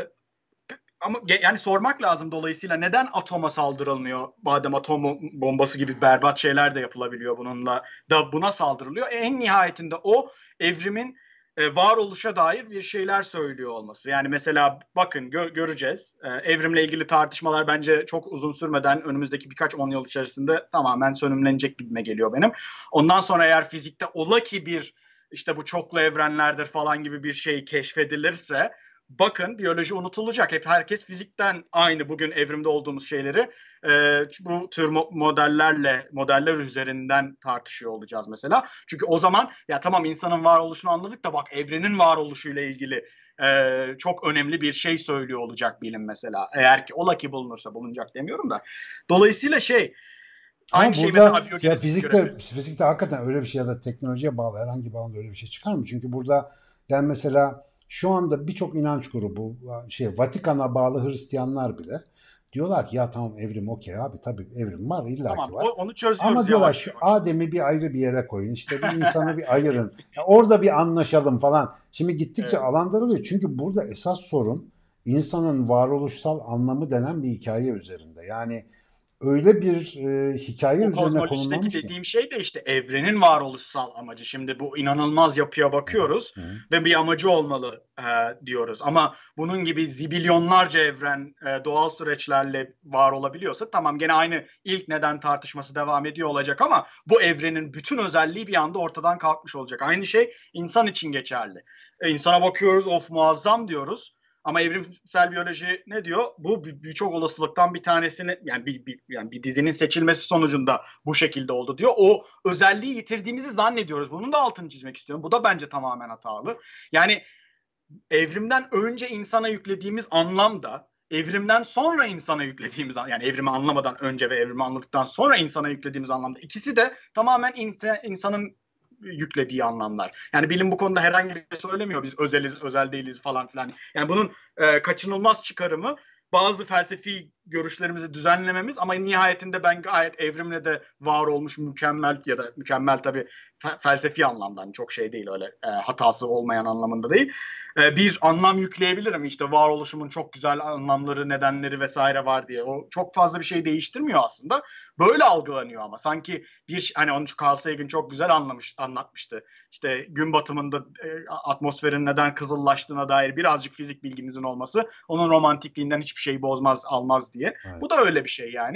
ama yani sormak lazım, dolayısıyla neden atoma saldırılmıyor? Madem atom bombası gibi berbat şeyler de yapılabiliyor bununla da buna saldırılıyor. E, en nihayetinde o evrimin e, varoluşa dair bir şeyler söylüyor olması. Yani mesela bakın gö- göreceğiz. E, evrimle ilgili tartışmalar bence çok uzun sürmeden önümüzdeki birkaç on yıl içerisinde tamamen sönümlenecek gibime geliyor benim. Ondan sonra eğer fizikte ola ki bir işte bu çoklu evrenlerdir falan gibi bir şey keşfedilirse, bakın biyoloji unutulacak. Hep herkes fizikten aynı bugün evrimde olduğumuz şeyleri e, bu tür modellerle, modeller üzerinden tartışıyor olacağız mesela. Çünkü o zaman ya tamam insanın varoluşunu anladık da bak evrenin varoluşuyla ilgili e, çok önemli bir şey söylüyor olacak bilim mesela. Eğer ki ola ki bulunursa, bulunacak demiyorum da. Dolayısıyla şey aynı
Ama
şey mesela
burada ya
abiyogenetikte
fizikte
görebiliriz.
fizikte hakikaten öyle bir şey ya da teknolojiye bağlı herhangi bir alanda öyle bir şey çıkar mı? Çünkü burada yani mesela şu anda birçok inanç grubu, şey Vatikan'a bağlı Hristiyanlar bile diyorlar ki ya tamam evrim okey abi, tabii evrim var, illaki
Tamam,
var.
o, onu çözüyoruz
Ama diyorlar
yavaş
şu
yavaş.
Adem'i bir ayrı bir yere koyun, işte bir insanı bir ayırın. Ya orada bir anlaşalım falan. Şimdi gittikçe
Evet.
alan daralıyor. Çünkü burada esas sorun insanın varoluşsal anlamı denen bir hikaye üzerinde. Yani öyle bir e, hikaye
O
üzerine
kozmolojideki
konumlanmış ki.
dediğim şey de işte evrenin varoluşsal amacı. Şimdi bu inanılmaz yapıya
Hı hı,
bakıyoruz
hı.
ve bir amacı olmalı e, diyoruz. Ama bunun gibi zibilyonlarca evren e, doğal süreçlerle var olabiliyorsa tamam, gene aynı ilk neden tartışması devam ediyor olacak ama bu evrenin bütün özelliği bir anda ortadan kalkmış olacak. Aynı şey insan için geçerli. E, insana bakıyoruz, of muazzam diyoruz. Ama evrimsel biyoloji ne diyor? Bu birçok olasılıktan bir tanesini, yani bir, bir yani bir dizinin seçilmesi sonucunda bu şekilde oldu diyor. O özelliği yitirdiğimizi zannediyoruz. Bunun da altını çizmek istiyorum. Bu da bence tamamen hatalı. Yani evrimden önce insana yüklediğimiz anlam da evrimden sonra insana yüklediğimiz, yani evrimi anlamadan önce ve evrimi anladıktan sonra insana yüklediğimiz anlamda, ikisi de tamamen insan, insanın yüklediği anlamlar. Yani bilim bu konuda herhangi bir şey söylemiyor. Biz özeliz, özel değiliz falan filan. Yani bunun e, kaçınılmaz çıkarımı bazı felsefi görüşlerimizi düzenlememiz, ama nihayetinde ben gayet evrimle de var olmuş mükemmel, ya da mükemmel tabii felsefi anlamda, hani çok şey değil öyle e, hatası olmayan anlamında değil, e, bir anlam yükleyebilirim. İşte varoluşumun çok güzel anlamları, nedenleri vesaire var diye. O çok fazla bir şey değiştirmiyor aslında. Böyle algılanıyor ama sanki bir, hani onu Carl Sagan çok güzel anlamış anlatmıştı. İşte gün batımında e, atmosferin neden kızıllaştığına dair birazcık fizik bilginizin olması onun romantikliğinden hiçbir şey bozmaz, almaz diye.
Evet.
Bu da öyle bir şey yani.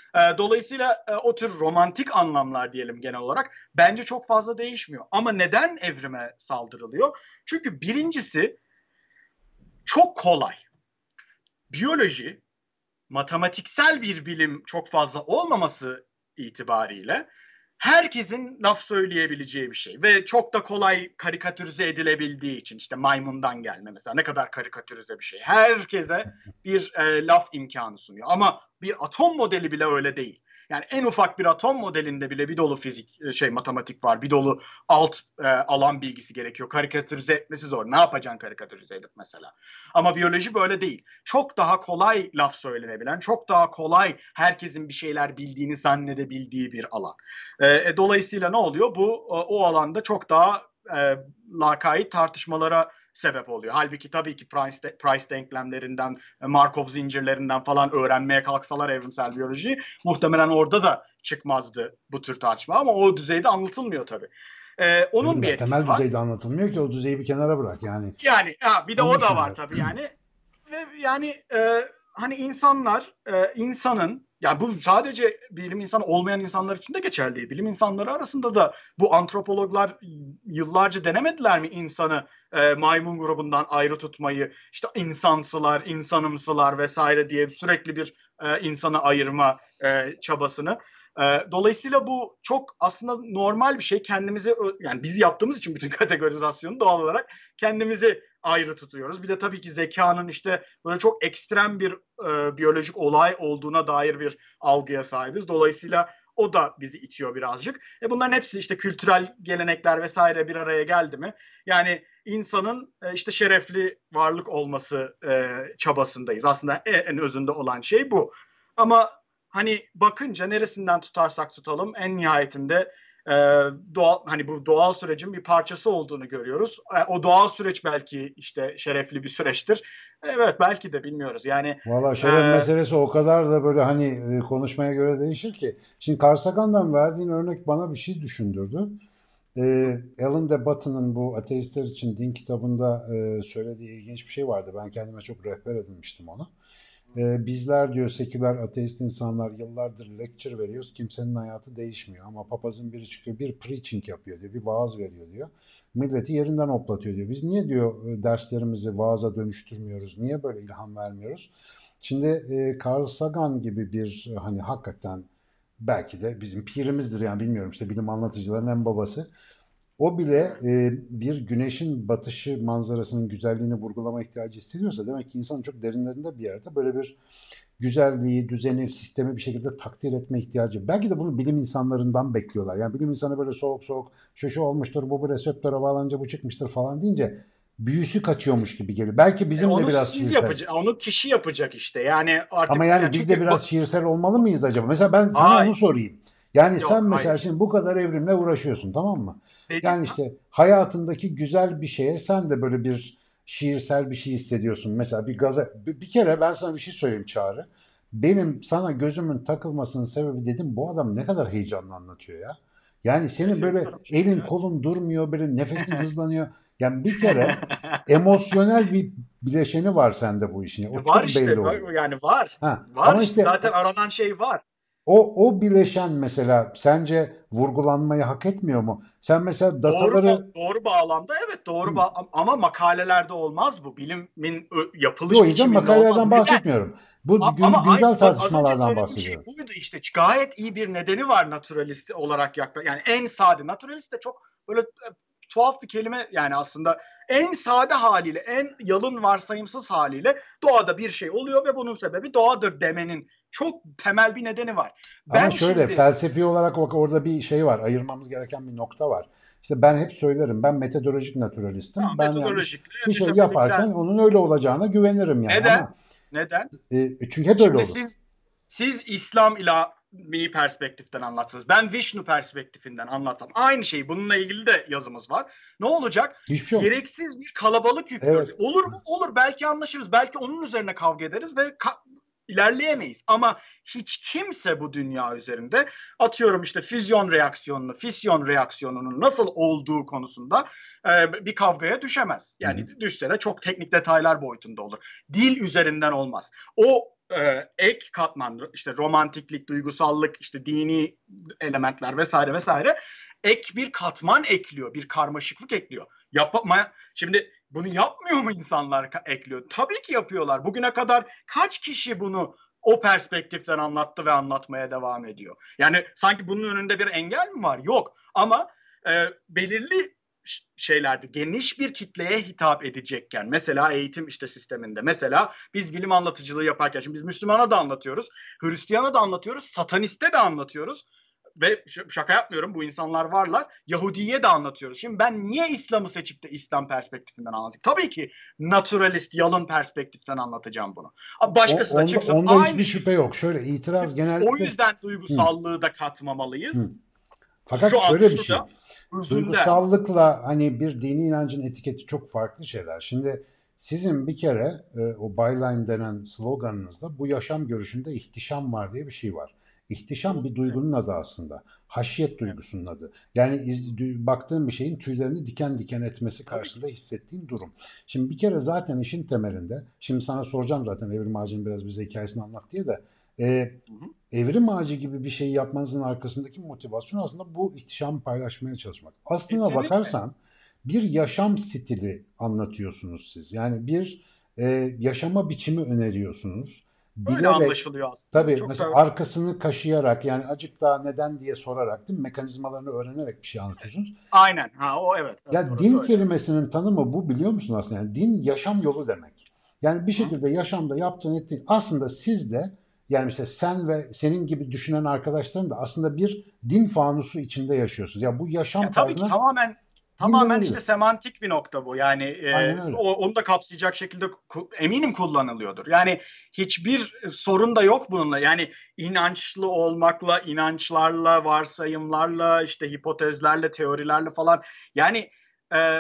E, dolayısıyla e, o tür romantik anlamlar diyelim genel olarak bence çok fazla değişmiyor. Ama neden evrime saldırılıyor? Çünkü birincisi çok kolay. Biyoloji, matematiksel bir bilim çok fazla olmaması itibariyle herkesin laf söyleyebileceği bir şey ve çok da kolay karikatürize edilebildiği için, işte maymundan gelme mesela, ne kadar karikatürize bir şey. Herkese bir e, laf imkanı sunuyor. Ama bir atom modeli bile öyle değil. Yani en ufak bir atom modelinde bile bir dolu fizik şey matematik var. Bir dolu alt e, alan bilgisi gerekiyor. Karikatürize etmesi zor. Ne yapacaksın karikatürize edip mesela? Ama biyoloji böyle değil. Çok daha kolay laf söylenebilen, çok daha kolay herkesin bir şeyler bildiğini zannedebildiği bir alan. E, dolayısıyla ne oluyor? Bu o alanda çok daha e, lakayt tartışmalara sebep oluyor. Halbuki tabii ki Price, Price denklemlerinden, Markov zincirlerinden falan öğrenmeye kalksalar evrimsel biyolojiyi, muhtemelen orada da çıkmazdı bu tür tartışma, ama o düzeyde anlatılmıyor tabii. Ee, onun
Dedim
bir
ya, temel
etkisi var.
düzeyde anlatılmıyor ki, o düzeyi bir kenara bırak yani.
Yani ha, bir de
Onun
o da
için
var
diyor.
tabii yani. Ve yani e, hani insanlar, e, insanın, yani bu sadece bilim insanı olmayan insanlar için de geçerli değil. Bilim insanları arasında da bu antropologlar yıllarca denemediler mi insanı e, maymun grubundan ayrı tutmayı, işte insansılar, insanımsılar vesaire diye sürekli bir e, insanı ayırma e, çabasını. E, dolayısıyla bu çok aslında normal bir şey. Kendimizi, yani biz yaptığımız için bütün kategorizasyonu doğal olarak kendimizi ayrı tutuyoruz. Bir de tabii ki zekanın işte böyle çok ekstrem bir e, biyolojik olay olduğuna dair bir algıya sahibiz. Dolayısıyla o da bizi itiyor birazcık. E bunların hepsi işte kültürel gelenekler vesaire bir araya geldi mi? Yani insanın e, işte şerefli varlık olması e, çabasındayız. Aslında en, en özünde olan şey bu. Ama hani bakınca neresinden tutarsak tutalım en nihayetinde e, doğal, hani bu doğal sürecin bir parçası olduğunu görüyoruz. E, o doğal süreç belki işte şerefli bir süreçtir. Evet, belki de bilmiyoruz. Yani
Valla
e,
şeref meselesi o kadar da böyle hani e, konuşmaya göre değişir ki. Şimdi Carl Sagan'dan verdiğin örnek bana bir şey düşündürdü. E, Alan de Botton'ın bu Ateistler için Din kitabında e, söylediği ilginç bir şey vardı. Ben kendime çok rehber edinmiştim onu. E, bizler diyor seküler ateist insanlar yıllardır lecture veriyoruz. Kimsenin hayatı değişmiyor. Ama papazın biri çıkıyor, bir preaching yapıyor diyor. Bir vaaz veriyor diyor. Milleti yerinden hoplatıyor diyor. Biz niye diyor derslerimizi vaaza dönüştürmüyoruz? Niye böyle ilham vermiyoruz? Şimdi e, Carl Sagan gibi bir hani hakikaten belki de bizim pirimizdir yani, bilmiyorum, işte bilim anlatıcıların en babası. O bile e, bir güneşin batışı manzarasının güzelliğini vurgulama ihtiyacı hissediyorsa, demek ki insanın çok derinlerinde bir yerde böyle bir güzelliği, düzeni, sistemi bir şekilde takdir etme ihtiyacı. Belki de bunu bilim insanlarından bekliyorlar. Yani bilim insanı böyle soğuk soğuk şu şu olmuştur, bu bu reseptöre bağlanınca bu çıkmıştır falan deyince büyüsü kaçıyormuş gibi geliyor. Belki
e,
bizim de
onu
biraz
siz
şiirsel.
yapacak, onu kişi yapacak işte. Yani
Ama
artık ya
yani biz
çünkü
de biraz
ba-
şiirsel olmalı mıyız acaba? Mesela ben sana onu
hayır,
sorayım. Yani sen
yok,
mesela
hayır.
şimdi bu kadar evrimle uğraşıyorsun, tamam mı?
Dedim
Yani
ha.
işte hayatındaki güzel bir şeye sen de böyle bir şiirsel bir şey hissediyorsun. Mesela bir gaza... Bir bir kere ben sana bir şey söyleyeyim Çağrı. Benim sana gözümün takılmasının sebebi, dedim, bu adam ne kadar heyecanlı anlatıyor ya. Yani
E,
senin böyle
seviyorum
elin
çünkü.
kolun durmuyor, böyle nefesin hızlanıyor. Yani bir kere emosyonel bir bileşeni var sende bu işin. O
Var
çok belli
işte,
oluyor.
yani var.
Ha,
Var
ama
işte,
işte
zaten aranan şey var.
o, o bileşen mesela sence vurgulanmayı hak etmiyor mu? Sen mesela
Doğru ba-
dataları,
doğru bağlamda evet, doğru ba- ama makalelerde olmaz bu. Bilimin ö-
yok
yapılış
hocam,
biçiminde olmaz.
makalelerden
Neden?
bahsetmiyorum. Bu
A-
gün,
ama ay-
güncel
bak, az önce
tartışmalardan
söylediğim şey
bahsediyorum.
buydu işte. Gayet iyi bir nedeni var naturalist olarak yakla. Yani en sade. Naturalist de çok böyle e, tuhaf bir kelime yani aslında. En sade haliyle, en yalın varsayımsız haliyle doğada bir şey oluyor ve bunun sebebi doğadır demenin çok temel bir nedeni var.
Ama
Ben
şöyle
şimdi
felsefi olarak bak, orada bir şey var. Ayırmamız gereken bir nokta var. İşte ben hep söylerim, ben metodolojik naturalistim.
tamam,
Ben yani bir, şey-
metodolojikle
bir şey
metafiziksel.
yaparken onun öyle olacağına güvenirim yani.
Neden?
Ama
Neden?
e, çünkü hep öyle
Şimdi
olur.
siz siz İslam ilami perspektiften anlatsınız. Ben Vishnu perspektifinden anlatsam. Aynı şey. Bununla ilgili de yazımız var. Ne olacak?
Hiçbir şey olmaz.
Gereksiz bir kalabalık yüklüyoruz.
Evet.
Olur mu? Olur. Belki anlaşırız. Belki onun üzerine kavga ederiz ve ka- ilerleyemeyiz. Ama hiç kimse bu dünya üzerinde, atıyorum işte füzyon reaksiyonunu, fisyon reaksiyonunun nasıl olduğu konusunda e, bir kavgaya düşemez.
Hı hı.
Yani düşse de çok teknik detaylar boyutunda olur. Dil üzerinden olmaz. O e, ek katman, işte romantiklik, duygusallık, işte dini elementler vesaire vesaire ek bir katman ekliyor, bir karmaşıklık ekliyor. Yapma, şimdi bunu yapmıyor mu insanlar ekliyor? Tabii ki yapıyorlar. Bugüne kadar kaç kişi bunu o perspektiften anlattı ve anlatmaya devam ediyor? Yani sanki bunun önünde bir engel mi var? Yok. Ama e, belirli şeylerde geniş bir kitleye hitap edecekken, mesela eğitim işte sisteminde, mesela biz bilim anlatıcılığı yaparken, şimdi biz Müslümana da anlatıyoruz, Hristiyana da anlatıyoruz, Sataniste de anlatıyoruz ve şaka yapmıyorum, bu insanlar varlar, Yahudi'ye de anlatıyoruz. Şimdi ben niye İslam'ı seçip de İslam perspektifinden anlatayım? Tabii ki naturalist, yalın perspektiften anlatacağım bunu. Başkası
O,
da
onda,
çıksın
onda
aynı
hiçbir
şey.
şüphe yok. Şöyle itiraz
O
genellikle...
yüzden
Hı,
duygusallığı da katmamalıyız.
hı. Fakat
Şu an
şöyle bir şey.
şurada özünde ama.
Duygusallıkla hani bir dini inancın etiketi çok farklı şeyler. Şimdi sizin bir kere e, o byline denen sloganınızda bu yaşam görüşünde ihtişam var diye bir şey var. İhtişam bir
Evet,
duygunun adı
kesinlikle.
aslında. Haşyet
Evet,
duygusunun adı. Yani iz, dü- baktığın bir şeyin tüylerini diken diken etmesi
tabii ki.
karşısında hissettiğin durum. Şimdi bir kere zaten işin temelinde, şimdi sana soracağım zaten Evrim Ağacı'nın biraz bize hikayesini anlat diye de, e,
Hı hı.
evrim ağacı gibi bir şey yapmanızın arkasındaki motivasyon aslında bu ihtişamı paylaşmaya çalışmak. Aslına
Kesinlikle.
bakarsan bir yaşam stili anlatıyorsunuz siz. Yani bir e, yaşama biçimi öneriyorsunuz.
Öyle
Bilerek,
anlaşılıyor aslında.
tabii
Çok
mesela
da
arkasını kaşıyarak, yani acık daha neden diye sorarak, değil mi? Mekanizmalarını öğrenerek bir şey anlatıyorsunuz.
aynen. Ha o evet. Evet
Ya
orası
din
öyle.
kelimesinin tanımı bu, biliyor musun aslında? Yani din yaşam yolu demek. Yani bir
Hı hı.
şekilde yaşamda yaptığın ettiğin aslında siz de, yani mesela sen ve senin gibi düşünen arkadaşların da aslında bir din fanusu içinde yaşıyorsunuz. Ya bu
Ya
yaşam
tabii ki
tarzına
tamamen
din
tamamen işte
denebilir.
semantik bir nokta bu. Yani
Aynen
e,
öyle.
o, onu da kapsayacak şekilde ku- eminim kullanılıyordur. Yani hiçbir sorun da yok bununla. Yani inançlı olmakla, inançlarla, varsayımlarla, işte hipotezlerle, teorilerle falan. Yani e,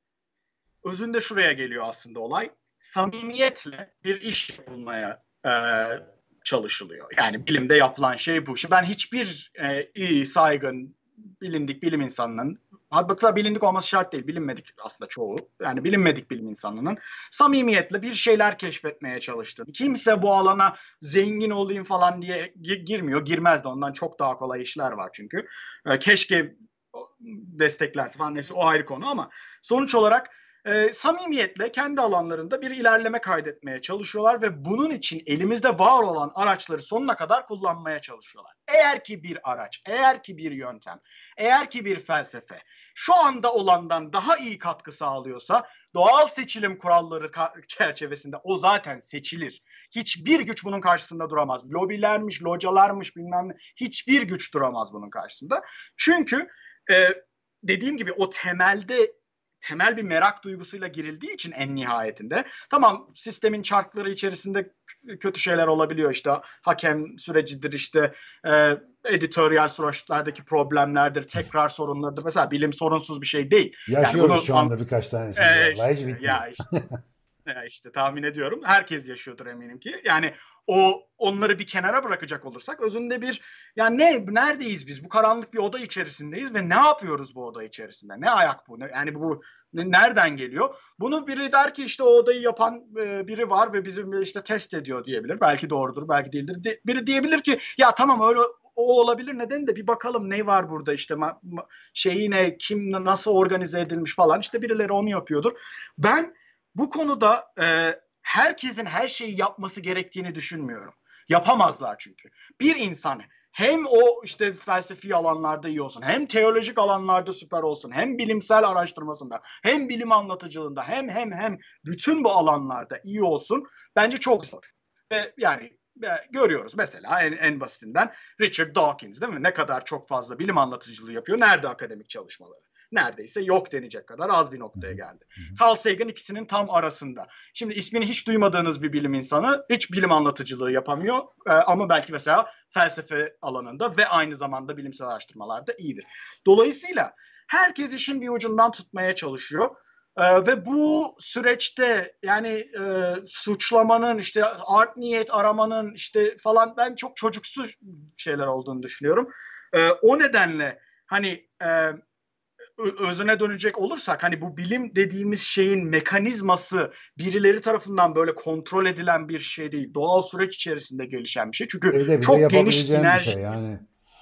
özünde şuraya geliyor aslında olay. Samimiyetle bir iş yapılmaya e, çalışılıyor. Yani bilimde yapılan şey bu. Şimdi ben hiçbir e, iyi, saygın, bilindik bilim insanının, hatta bilindik olması şart değil, bilinmedik aslında çoğu. Yani bilinmedik bilim insanının samimiyetle bir şeyler keşfetmeye çalıştığını. Kimse bu alana zengin olayım falan diye girmiyor. Girmez de, ondan çok daha kolay işler var çünkü. E, keşke desteklense falan, neyse o ayrı konu ama sonuç olarak e, samimiyetle kendi alanlarında bir ilerleme kaydetmeye çalışıyorlar ve bunun için elimizde var olan araçları sonuna kadar kullanmaya çalışıyorlar. Eğer ki bir araç, eğer ki bir yöntem, eğer ki bir felsefe şu anda olandan daha iyi katkı sağlıyorsa, doğal seçilim kuralları çerçevesinde o zaten seçilir. Hiçbir güç bunun karşısında duramaz. Lobilermiş, localarmış, bilmem ne, hiçbir güç duramaz bunun karşısında. Çünkü e, dediğim gibi o temelde temel bir merak duygusuyla girildiği için en nihayetinde, tamam, sistemin çarkları içerisinde kötü şeyler olabiliyor, işte hakem sürecidir, işte e, editoryal süreçlerdeki problemlerdir, tekrar sorunlardır. Mesela bilim sorunsuz bir şey değil. Yani
Yaşıyoruz
bunu
şu anda birkaç tanesini
e,
vallahi, hiç
işte
bitmiyor.
ya işte e, işte tahmin ediyorum. Herkes yaşıyordur eminim ki. Yani o onları bir kenara bırakacak olursak özünde bir, yani ne neredeyiz biz? Bu karanlık bir oda içerisindeyiz ve ne yapıyoruz bu oda içerisinde? Ne ayak bu? Ne, yani bu ne, nereden geliyor? Bunu biri der ki işte o odayı yapan e, biri var ve bizim işte test ediyor diyebilir. Belki doğrudur, belki değildir. De, biri diyebilir ki ya tamam öyle o olabilir, neden de bir bakalım ne var burada, işte ma, ma, şeyi ne, kim nasıl organize edilmiş falan, işte birileri onu yapıyordur. Ben bu konuda e, herkesin her şeyi yapması gerektiğini düşünmüyorum. Yapamazlar çünkü. Bir insan hem o işte felsefi alanlarda iyi olsun, hem teolojik alanlarda süper olsun, hem bilimsel araştırmasında, hem bilim anlatıcılığında, hem hem hem bütün bu alanlarda iyi olsun, bence çok zor. Ve yani e, görüyoruz mesela en, en basitinden Richard Dawkins, değil mi? Ne kadar çok fazla bilim anlatıcılığı yapıyor. Nerede akademik çalışmaları? Neredeyse yok denecek kadar az bir
Hı
noktaya
hı,
geldi.
hı hı.
Carl Sagan ikisinin tam arasında. Şimdi ismini hiç duymadığınız bir bilim insanı hiç bilim anlatıcılığı yapamıyor ee, ama belki mesela felsefe alanında ve aynı zamanda bilimsel araştırmalarda iyidir. Dolayısıyla herkes işin bir ucundan tutmaya çalışıyor. Ee, ve bu süreçte yani e, suçlamanın, işte art niyet aramanın işte falan, ben çok çocuksu şeyler olduğunu düşünüyorum. Ee, o nedenle hani e, özüne dönecek olursak hani bu bilim dediğimiz şeyin mekanizması birileri tarafından böyle kontrol edilen bir şey değil. Doğal süreç içerisinde gelişen bir şey. Çünkü
Evde bile
çok geniş
yapabileceğim bir şey
sinerji.
yani.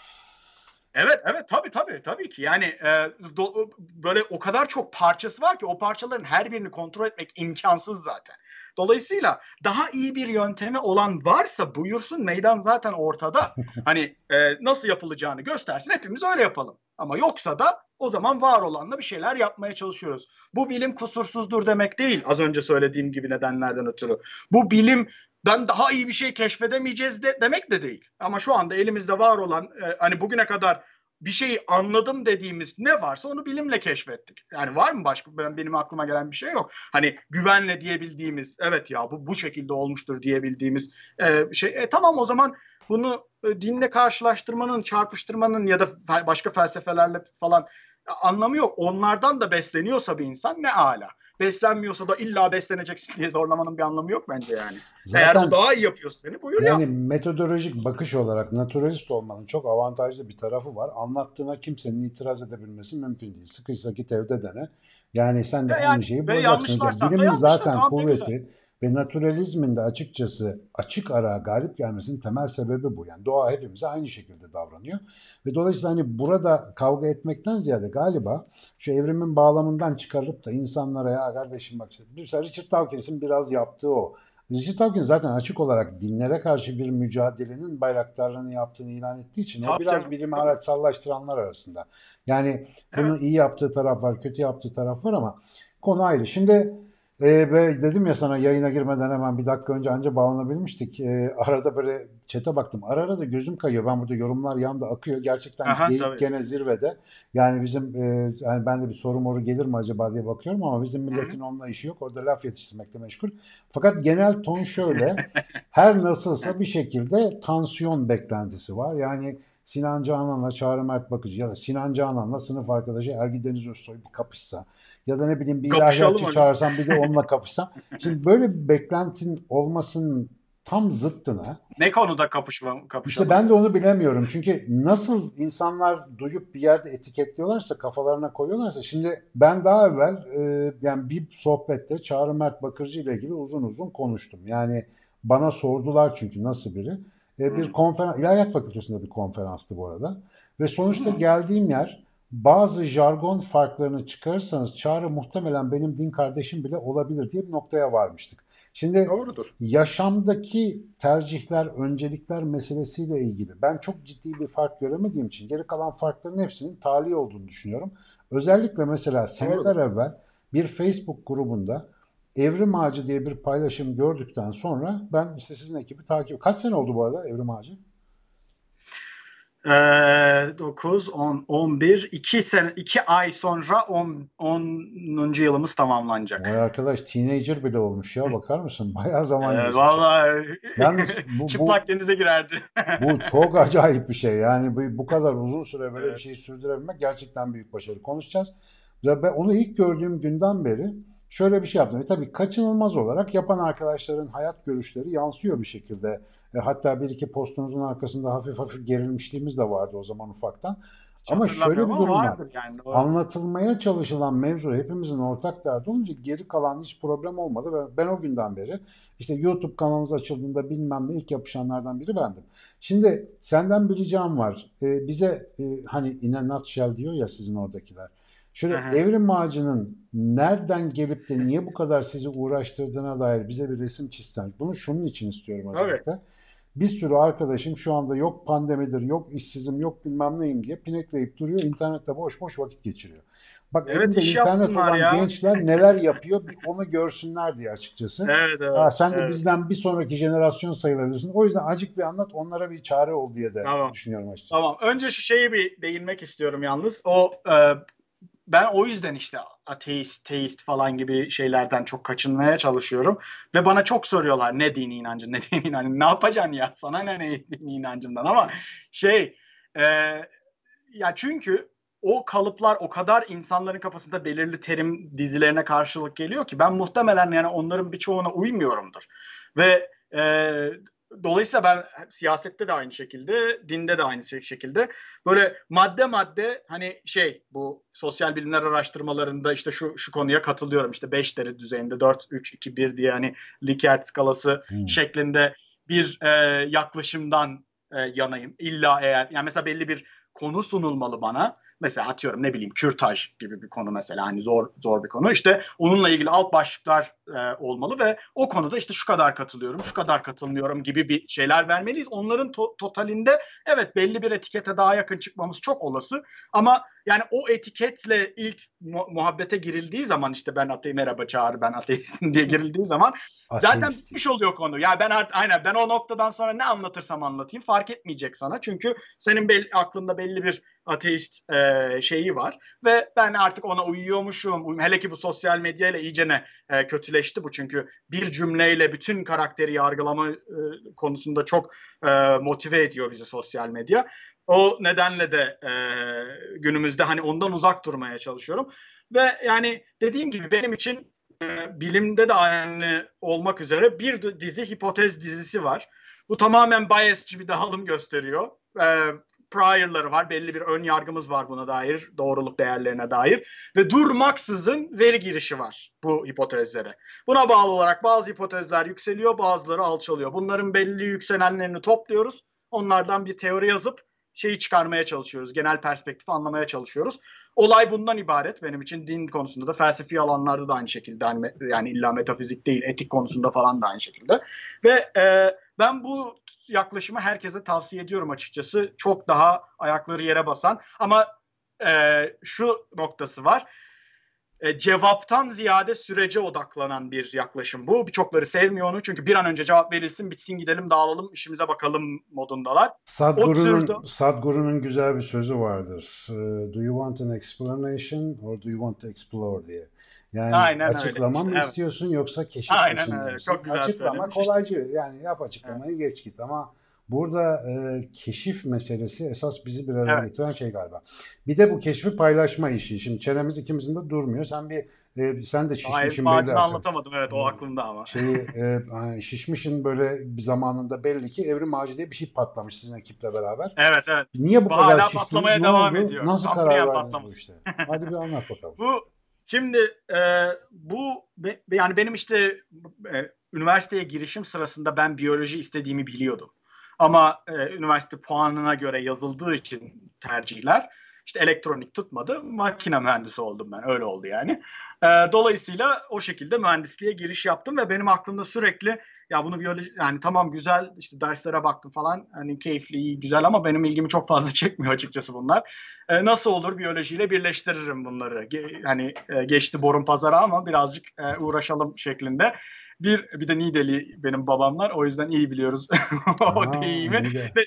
Evet, evet, tabii tabii tabii ki. Yani e, do, böyle o kadar çok parçası var ki o parçaların her birini kontrol etmek imkansız zaten. Dolayısıyla daha iyi bir yöntemi olan varsa buyursun, meydan zaten ortada. Hani e, nasıl yapılacağını göstersin, hepimiz öyle yapalım. Ama yoksa da o zaman var olanla bir şeyler yapmaya çalışıyoruz. Bu bilim kusursuzdur demek değil, az önce söylediğim gibi nedenlerden ötürü. Bu bilim ben daha iyi bir şey keşfedemeyeceğiz de, demek de değil. Ama şu anda elimizde var olan e, hani bugüne kadar bir şeyi anladım dediğimiz ne varsa onu bilimle keşfettik. Yani var mı başka, ben, benim aklıma gelen bir şey yok. Hani güvenle diyebildiğimiz, evet ya bu bu şekilde olmuştur diyebildiğimiz e, şey. E, tamam, o zaman bunu e, dinle karşılaştırmanın, çarpıştırmanın ya da fe, başka felsefelerle falan e, anlamı yok. Onlardan da besleniyorsa bir insan ne ala. Beslenmiyorsa da illa besleneceksin diye zorlamanın bir anlamı yok bence yani. Eğer o
Zaten
daha iyi yapıyorsa seni, buyur
yani
yap.
metodolojik bakış olarak naturalist olmanın çok avantajlı bir tarafı var. Anlattığına kimsenin itiraz edebilmesi mümkün değil. Sıkışsa git evde dene. Yani sen de
Ve
aynı
yani
şeyi
ve
bulacaksın hocam.
yanlışlarsan da
Bilimin
yanlışlar.
zaten
Tamam, ne güzel.
kuvveti ve naturalizmin de açıkçası açık ara galip gelmesinin temel sebebi bu. Yani doğa hepimize aynı şekilde davranıyor. Ve dolayısıyla hani burada kavga etmekten ziyade galiba şu evrimin bağlamından çıkarıp da insanlara ya kardeşim bak işte, mesela Richard Dawkins'in biraz yaptığı o. Richard Dawkins zaten açık olarak dinlere karşı bir mücadelenin bayraktarlığını yaptığını ilan ettiği için o
Tabii
biraz
canım.
bilimi
Tabii.
araçsallaştıranlar arasında. Yani bunun
Evet.
iyi yaptığı taraf var, kötü yaptığı taraf var ama konu ayrı. Şimdi e, be- dedim ya sana yayına girmeden hemen bir dakika önce anca bağlanabilmiştik. E, arada böyle çete baktım. Ara ara da gözüm kayıyor. Ben burada yorumlar yanda akıyor. Gerçekten
Aha,
geyik
tabii.
gene zirvede. Yani bizim e, yani ben de bir soru moru gelir mi acaba diye bakıyorum ama bizim
Hı-hı.
milletin onunla işi yok. Orada laf yetiştirmekle meşgul. Fakat genel ton şöyle. Her nasılsa bir şekilde tansiyon beklentisi var. Yani Sinan Canan'la Çağrı Mert Bakıcı ya da Sinan Canan'la sınıf arkadaşı Ergi Deniz Özsoy bir kapışsa ya da ne bileyim bir
Kapışalım
ilahiyatçı
hocam.
çağırsam bir de onunla kapışsam. Şimdi böyle bir beklentin olmasının tam zıttına
Ne konuda kapışma,
işte
kapışalım?
ben de onu bilemiyorum. Çünkü nasıl insanlar duyup bir yerde etiketliyorlarsa, kafalarına koyuyorlarsa. Şimdi ben daha evvel e, yani bir sohbette Çağrı Mert Bakırcı ile ilgili uzun uzun konuştum. Yani bana sordular çünkü nasıl biri. E, bir
Hı.
konferans, İlahiyat Fakültesi'nde bir konferanstı bu arada. Ve sonuçta
Hı.
geldiğim yer bazı jargon farklarını çıkarırsanız Çağrı muhtemelen benim din kardeşim bile olabilir diye bir noktaya varmıştık. Şimdi
Doğrudur.
yaşamdaki tercihler, öncelikler meselesiyle ilgili ben çok ciddi bir fark göremediğim için geri kalan farkların hepsinin tali olduğunu düşünüyorum. Özellikle mesela seneler
Doğrudur.
evvel bir Facebook grubunda Evrim Ağacı diye bir paylaşım gördükten sonra ben işte sizin ekibi takip... Kaç sene oldu bu arada Evrim Ağacı?
Ee, dokuz, on, on bir, iki sene, iki ay sonra on, onuncu yılımız tamamlanacak.
Vay arkadaş teenager bile olmuş ya bakar mısın? Bayağı zaman
Ee,
geçmiş.
vallahi
Yalnız bu, bu
çıplak denize girerdi.
Bu çok acayip bir şey. Yani bu, bu kadar uzun süre böyle bir
Evet.
şeyi sürdürebilmek gerçekten büyük başarı. Konuşacağız. Ve ben onu ilk gördüğüm günden beri şöyle bir şey yaptım. E tabii kaçınılmaz olarak yapan arkadaşların hayat görüşleri yansıyor bir şekilde. E, hatta bir iki postunuzun arkasında hafif hafif gerilmişliğimiz de vardı o zaman ufaktan.
Hiç
Ama şöyle
hatırlamıyorum
bir
ama
durum var.
vardır yani, doğru.
Anlatılmaya çalışılan mevzu hepimizin ortak derdi olunca geri kalan hiç problem olmadı. Ve ben o günden beri işte YouTube kanalınız açıldığında bilmem ne ilk yapışanlardan biri bendim. Şimdi senden bir ricam var. Ee, bize e, hani in a nutshell diyor ya sizin oradakiler.
Hı
Şöyle
hı.
evrim ağacının nereden gelip de niye bu kadar sizi uğraştırdığına dair bize bir resim çizsen. Bunu şunun için istiyorum
Tabii.
özellikle. Bir sürü arkadaşım şu anda yok pandemidir, yok işsizim, yok bilmem neyim diye pinekleyip duruyor. İnternette boş boş vakit geçiriyor. Bak
Evet,
elinde
iş
internet
yapsınlar
olan
ya.
gençler neler yapıyor bir onu görsünler diye açıkçası.
Evet,
Aa,
evet,
sen de
evet.
bizden bir sonraki jenerasyon sayılabilirsin. O yüzden acık bir anlat onlara bir çare ol diye de
Tamam.
düşünüyorum açıkçası.
Tamam. Önce şu şeyi bir değinmek istiyorum yalnız. O e, ben o yüzden işte ateist, teist falan gibi şeylerden çok kaçınmaya çalışıyorum. Ve bana çok soruyorlar ne dini inancın, ne dini inancın. Ne yapacaksın ya? Sana ne, ne dini inancımdan? Ama şey e, ya çünkü o kalıplar o kadar insanların kafasında belirli terim dizilerine karşılık geliyor ki ben muhtemelen yani onların birçoğuna uymuyorumdur. Ve e, dolayısıyla ben siyasette de aynı şekilde, dinde de aynı şekilde böyle madde madde hani şey bu sosyal bilimler araştırmalarında işte şu şu konuya katılıyorum. İşte beş deri düzeyinde dört üç iki bir diye hani Likert skalası
Hmm.
şeklinde bir e, yaklaşımdan e, yanayım. İlla eğer yani mesela belli bir konu sunulmalı bana. Mesela atıyorum ne bileyim kürtaj gibi bir konu mesela hani zor zor bir konu. İşte onunla ilgili alt başlıklar e, olmalı ve o konuda işte şu kadar katılıyorum, şu kadar katılmıyorum gibi bir şeyler vermeliyiz. Onların to- totalinde evet belli bir etikete daha yakın çıkmamız çok olası ama yani o etiketle ilk mu- muhabbete girildiği zaman işte ben ateist merhaba Çağrı ben ateistim diye girildiği zaman zaten bitmiş
Ateistik.
oluyor konu. Yani ben artık aynen ben o noktadan sonra ne anlatırsam anlatayım fark etmeyecek sana. Çünkü senin belli, aklında belli bir ateist e, şeyi var ve ben artık ona uyuyormuşum. Hele ki bu sosyal medyayla iyicene e, kötüleşti bu çünkü bir cümleyle bütün karakteri yargılama e, konusunda çok e, motive ediyor bizi sosyal medya. O nedenle de e, günümüzde hani ondan uzak durmaya çalışıyorum. Ve yani dediğim gibi benim için e, bilimde de aynı olmak üzere bir dizi hipotez dizisi var. Bu tamamen biasçı bir dağılım gösteriyor. E, prior'ları var. Belli bir ön yargımız var buna dair. Doğruluk değerlerine dair. Ve durmaksızın veri girişi var bu hipotezlere. Buna bağlı olarak bazı hipotezler yükseliyor, bazıları alçalıyor. Bunların belli yükselenlerini topluyoruz. Onlardan bir teori yazıp şeyi çıkarmaya çalışıyoruz. Genel perspektifi anlamaya çalışıyoruz. Olay bundan ibaret benim için. Din konusunda da felsefi alanlarda da aynı şekilde. Yani illa metafizik değil, etik konusunda falan da aynı şekilde. Ve e, ben bu yaklaşımı herkese tavsiye ediyorum açıkçası. Çok daha ayakları yere basan ama e, şu noktası var. E, cevaptan ziyade sürece odaklanan bir yaklaşım bu. Birçokları sevmiyor onu çünkü bir an önce cevap verilsin, bitsin gidelim, dağılalım, işimize bakalım modundalar. O türde
Sadhguru'nun Sadhguru'nun güzel bir sözü vardır. Ee, Do you want an explanation or do you want to explore diye. Yani
aynen öyle
açıklama
işte
mı
evet.
istiyorsun yoksa keşif
Aynen
peşinde
öyle.
misin?
Çok güzel
Açıklama
söylemiş işte.
kolaycı. Yani yap
Evet.
açıklamayı geç git ama burada e, keşif meselesi esas bizi bir araya
Evet.
getiren şey galiba. Bir de bu keşfi paylaşma işi. Şimdi çenemiz ikimizin de durmuyor. Sen bir e, sen de
Daha
şişmişin belli
macunu
hakikaten.
anlatamadım. Evet o aklımda ama.
Şeyi e, hani şişmişin böyle bir zamanında belli ki Evrim Ağacı diye bir şey patlamış sizin ekiple beraber.
Evet evet.
Niye bu
Bu
kadar
hala
şiştiniz?
patlamaya
Ne
devam
oldu?
ediyor.
Nasıl karar
Kambriyen
verdiniz bu
patlaması.
işte? Hadi bir anlat bakalım.
Bu şimdi e, bu be, yani benim işte e, üniversiteye girişim sırasında ben biyoloji istediğimi biliyordum. Ama e, üniversite puanına göre yazıldığı için tercihler işte elektronik tutmadı. Makine mühendisi oldum ben. Öyle oldu yani. E, dolayısıyla o şekilde mühendisliğe giriş yaptım ve benim aklımda sürekli ya bunu biyoloji yani tamam güzel işte derslere baktım falan hani keyifli iyi güzel ama benim ilgimi çok fazla çekmiyor açıkçası bunlar. E, nasıl olur biyolojiyle birleştiririm bunları. Ge- hani e, geçti borun pazara ama birazcık e, uğraşalım şeklinde. Bir bir de Niğdeli benim babamlar o yüzden iyi biliyoruz o
Aa,
deyimi.
iyi de.
Ne-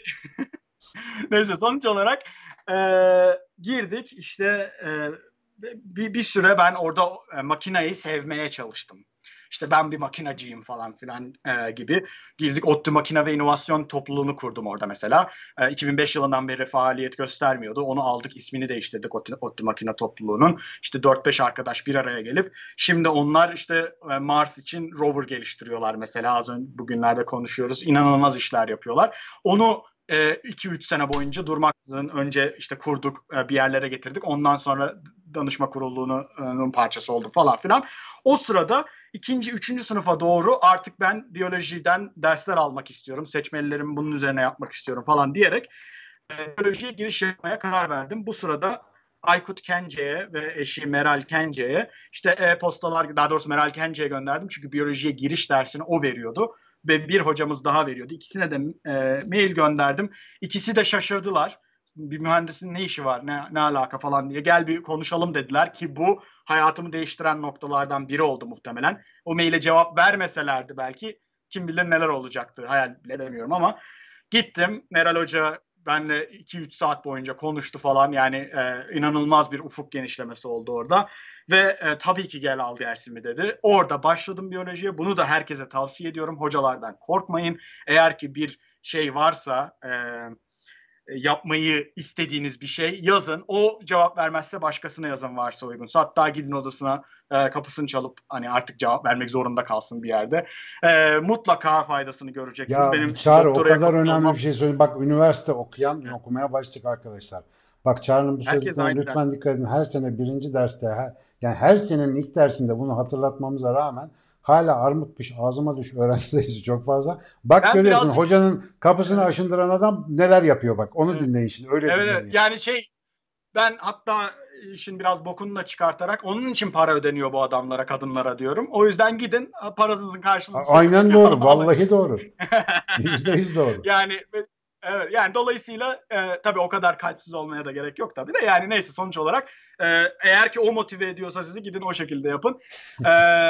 Neyse sonuç olarak e, girdik işte e, bir, bir süre ben orada e, makinayı sevmeye çalıştım. İşte ben bir makinacıyım falan filan e, gibi. Girdik ODTÜ Makine ve İnovasyon Topluluğunu kurdum orada mesela. E, iki bin beş yılından beri faaliyet göstermiyordu. Onu aldık ismini değiştirdik ODTÜ, ODTÜ Makine Topluluğu'nun. İşte dört beş arkadaş bir araya gelip şimdi onlar işte e, Mars için rover geliştiriyorlar mesela. Az önce bugünlerde konuşuyoruz. İnanılmaz işler yapıyorlar. Onu iki üç sene boyunca durmaksızın önce işte kurduk, e, bir yerlere getirdik. Ondan sonra danışma kurulunun parçası olduk falan filan. O sırada ikinci, üçüncü sınıfa doğru artık ben biyolojiden dersler almak istiyorum. Seçmelilerimi bunun üzerine yapmak istiyorum falan diyerek e, biyolojiye giriş yapmaya karar verdim. Bu sırada Aykut Kence'ye ve eşi Meral Kence'ye işte e-postalar daha doğrusu Meral Kence'ye gönderdim. Çünkü biyolojiye giriş dersini o veriyordu ve bir hocamız daha veriyordu. İkisine de e, mail gönderdim. İkisi de şaşırdılar. Bir mühendisin ne işi var, ne, ne alaka falan diye. Gel bir konuşalım dediler ki bu hayatımı değiştiren noktalardan biri oldu muhtemelen. O maile cevap vermeselerdi belki kim bilir neler olacaktı. Hayal bile edemiyorum ama gittim. Meral Hoca benle iki üç saat boyunca konuştu falan. Yani e, inanılmaz bir ufuk genişlemesi oldu orada. Ve e, tabii ki gel al dersimi dedi. Orada başladım biyolojiye. Bunu da herkese tavsiye ediyorum. Hocalardan korkmayın. Eğer ki bir şey varsa, e, yapmayı istediğiniz bir şey yazın. O cevap vermezse başkasına yazın varsa uygunsa. Hatta gidin odasına e, kapısını çalıp hani artık cevap vermek zorunda kalsın bir yerde. E, mutlaka faydasını göreceksiniz.
Ya
Benim
Çağrı, o
doktora
kadar
yakın
önemli bir
olmam.
şey söyleyeyim. Bak, üniversite okuyan, okumaya başlayacak arkadaşlar. Bak Çağrı'nın bu
Herkes
söylediklerine
aynı
lütfen
dertte.
dikkat edin. Her sene birinci derste, her, yani her senenin ilk dersinde bunu hatırlatmamıza rağmen hala armut piş ağzıma düş öğrenci sayısı çok fazla. Bak
Ben
görüyorsun,
birazcık
hocanın kapısını
evet,
aşındıran adam neler yapıyor bak. Onu
evet,
dinleyin şimdi. Öyle
evet,
dinleyin
evet.
yani.
Yani şey ben hatta işin biraz bokunu da çıkartarak onun için para ödeniyor bu adamlara, kadınlara diyorum. O yüzden gidin paranızın karşılığını
A-
sonuna
Aynen
kadar
doğru.
alın.
Vallahi doğru. Yüzde yüz doğru.
Yani evet yani dolayısıyla e, tabii o kadar kalpsiz olmaya da gerek yok tabii de yani neyse sonuç olarak e, eğer ki o motive ediyorsa sizi gidin o şekilde yapın. E,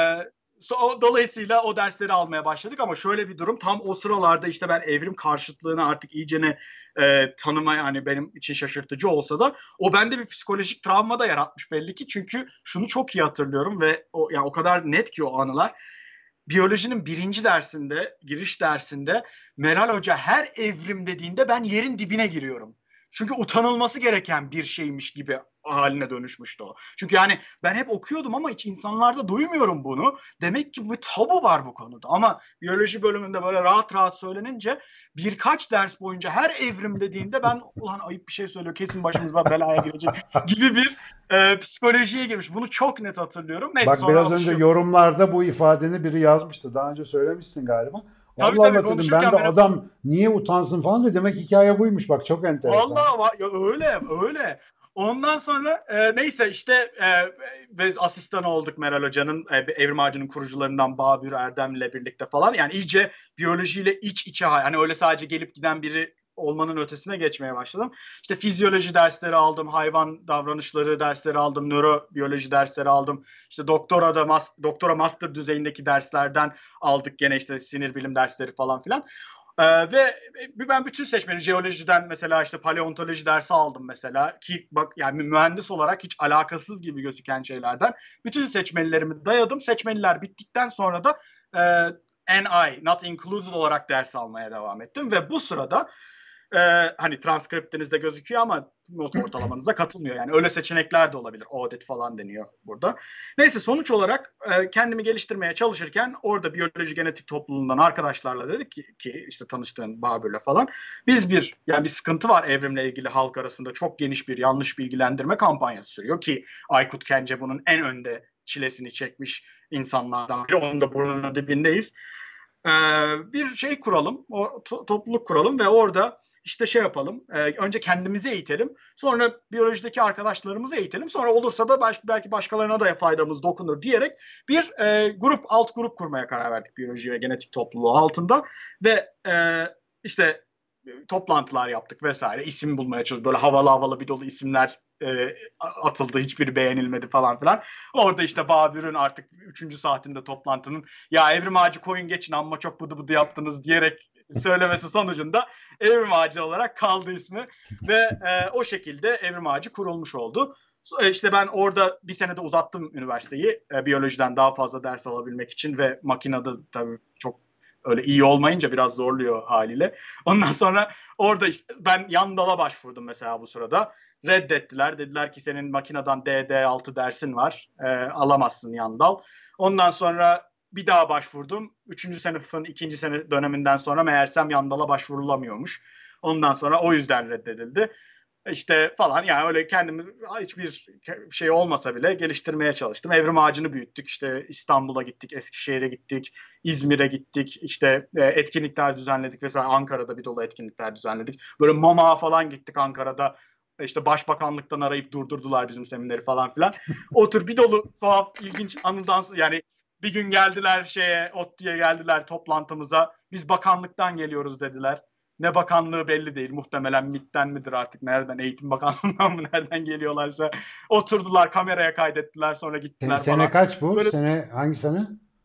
so, dolayısıyla o dersleri almaya başladık ama şöyle bir durum tam o sıralarda işte ben evrim karşıtlığını artık iyicene e, tanımaya hani benim için şaşırtıcı olsa da o bende bir psikolojik travma da yaratmış belli ki çünkü şunu çok iyi hatırlıyorum ve o yani o kadar net ki o anılar biyolojinin birinci dersinde, giriş dersinde Meral Hoca her evrim dediğinde ben yerin dibine giriyorum. Çünkü utanılması gereken bir şeymiş gibi haline dönüşmüştü o. Çünkü yani ben hep okuyordum ama hiç insanlarda duymuyorum bunu. Demek ki bir tabu var bu konuda. Ama biyoloji bölümünde böyle rahat rahat söylenince birkaç ders boyunca her evrim dediğinde ben ulan ayıp bir şey söylüyor kesin başımıza belaya girecek gibi bir e, psikolojiye girmiş. Bunu çok net hatırlıyorum. Neyse
Bak,
sonra
biraz önce
alışıyorsun.
yorumlarda bu ifadeni biri yazmıştı. Daha önce söylemişsin galiba.
Tabii
Allah
tabii
Allah dedim, ben de
konuşurken benim
adam niye utansın falan da demek hikaye buymuş. Bak, çok enteresan.
vallahi ya öyle öyle. Ondan sonra e, neyse işte e, biz asistan olduk Meral Hoca'nın e, Evrim Ağacı'nın kurucularından Babür Erdem'le birlikte falan. Yani iyice biyolojiyle iç içe hani öyle sadece gelip giden biri olmanın ötesine geçmeye başladım. İşte fizyoloji dersleri aldım, hayvan davranışları dersleri aldım, nörobiyoloji dersleri aldım. İşte doktora da mas doktora master düzeyindeki derslerden aldık gene işte sinir bilim dersleri falan filan. Ee, ve ben bütün seçmeni jeolojiden mesela işte paleontoloji dersi aldım mesela ki bak yani mühendis olarak hiç alakasız gibi gözüken şeylerden bütün seçmelilerimi dayadım. Seçmeliler bittikten sonra da e, N I, not included olarak ders almaya devam ettim ve bu sırada e, hani transkriptinizde gözüküyor ama not ortalamanıza katılmıyor. Yani öyle seçenekler de olabilir. Audit falan deniyor burada. Neyse sonuç olarak e, kendimi geliştirmeye çalışırken orada biyoloji genetik topluluğundan arkadaşlarla dedik ki, ki işte tanıştığım Babür'le falan biz bir yani bir sıkıntı var evrimle ilgili halk arasında çok geniş bir yanlış bilgilendirme kampanyası sürüyor ki Aykut Kence bunun en önde çilesini çekmiş insanlardan biri. Onun da burnunun dibindeyiz. Ee, bir şey kuralım, o to- topluluk kuralım ve orada işte şey yapalım. E, önce kendimizi eğitelim. Sonra biyolojideki arkadaşlarımızı eğitelim. Sonra olursa da baş, belki başkalarına da faydamız dokunur diyerek bir e, grup, alt grup kurmaya karar verdik biyoloji ve genetik topluluğu altında. Ve e, işte toplantılar yaptık vesaire. İsim bulmaya çalıştık. Böyle havalı havalı bir dolu isimler e, atıldı. Hiçbiri beğenilmedi falan filan. Orada işte Babür'ün artık üçüncü saatinde toplantının ya Evrim Ağacı koyun geçin amma çok bıdı bıdı yaptınız diyerek söylemesi sonucunda Evrim Ağacı olarak kaldı ismi ve e, o şekilde Evrim Ağacı kurulmuş oldu. E, İşte ben orada bir senede uzattım üniversiteyi e, biyolojiden daha fazla ders alabilmek için ve makinede tabii çok öyle iyi olmayınca biraz zorluyor haliyle. Ondan sonra orada işte ben yan dala başvurdum mesela bu sırada. Reddettiler. Dediler ki senin makineden D D altı dersin var. E, alamazsın yan dal. Ondan sonra bir daha başvurdum. Üçüncü sınıfın ikinci sene döneminden sonra meğersem yandala başvurulamıyormuş. Ondan sonra o yüzden reddedildi. İşte falan yani öyle kendimi hiçbir şey olmasa bile geliştirmeye çalıştım. Evrim ağacını büyüttük. İşte İstanbul'a gittik, Eskişehir'e gittik, İzmir'e gittik. İşte e, etkinlikler düzenledik vesaire. Ankara'da bir dolu etkinlikler düzenledik. Böyle Mama'a falan gittik Ankara'da. İşte başbakanlıktan arayıp durdurdular bizim semineri falan filan. O tür bir dolu tuhaf, ilginç anıdan yani bir gün geldiler şeye, ODTÜ'ye geldiler toplantımıza. Biz bakanlıktan geliyoruz dediler. Ne bakanlığı belli değil. Muhtemelen MİT'ten midir artık nereden? Eğitim Bakanlığı'ndan mı nereden geliyorlarsa. Oturdular kameraya kaydettiler sonra
Sene,
gittiler
sene
falan.
kaç bu?
Böyle
Sene hangi sene?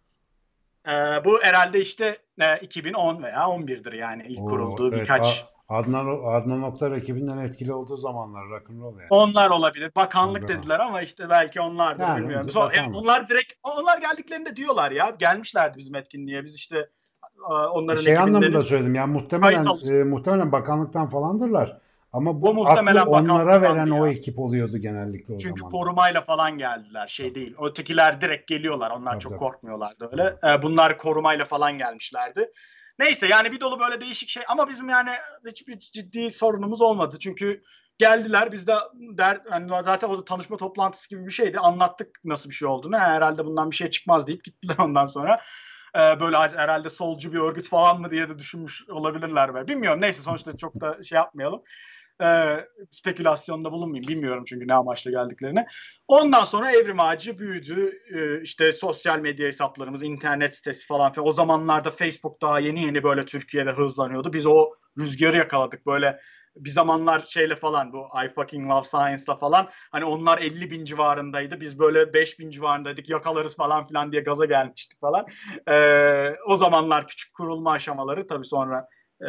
e, bu herhalde işte e, iki bin on veya on birdir yani ilk
Oo,
kurulduğu
evet. A-
birkaç.
Adnan Adnan Oktar ekibinden etkili olduğu zamanlar rock'n'roll yani.
Onlar olabilir. Bakanlık
Tabii.
dediler ama işte belki onlardır
Yani
bilmiyorum.
önce
Sonra, e,
bakanlık.
onlar direkt onlar geldiklerinde diyorlar ya gelmişlerdi bizim etkinliğe. Biz işte e,
E,
onların
Şey anlamında
ekibindeniz.
söyledim yani,
Kayıt
muhtemelen
alır.
e, muhtemelen bakanlıktan falandırlar. Ama
O
bu aklı
muhtemelen
onlara veren
bakanlıktandı
o
ya.
ekip oluyordu genellikle o
Çünkü
zamanlar.
korumayla falan geldiler. Şey
Tabii
değil. Ötekiler direkt geliyorlar. Onlar
tabii.
çok
tabii.
korkmuyorlardı öyle.
Doğru.
Ee, bunlar korumayla falan gelmişlerdi. Neyse yani bir dolu böyle değişik şey ama bizim yani hiçbir ciddi sorunumuz olmadı. Çünkü geldiler biz de der, yani zaten o da tanışma toplantısı gibi bir şeydi. Anlattık nasıl bir şey olduğunu. Ha, herhalde bundan bir şey çıkmaz deyip gittiler ondan sonra. Ee, böyle herhalde solcu bir örgüt falan mı diye de düşünmüş olabilirler. Be. Bilmiyorum neyse sonuçta çok da şey yapmayalım. Ee, spekülasyonda bulunmayayım. Bilmiyorum çünkü ne amaçla geldiklerini. Ondan sonra Evrim Ağacı büyüdü. Ee, işte sosyal medya hesaplarımız, internet sitesi falan filan. O zamanlarda Facebook daha yeni yeni böyle Türkiye'de hızlanıyordu. Biz o rüzgarı yakaladık. Böyle bir zamanlar şeyle falan bu I fucking love science'la falan hani onlar elli bin civarındaydı. Biz böyle beş bin civarındaydık. Yakalarız falan filan diye gaza gelmiştik falan. Ee, o zamanlar küçük kurulma aşamaları tabii sonra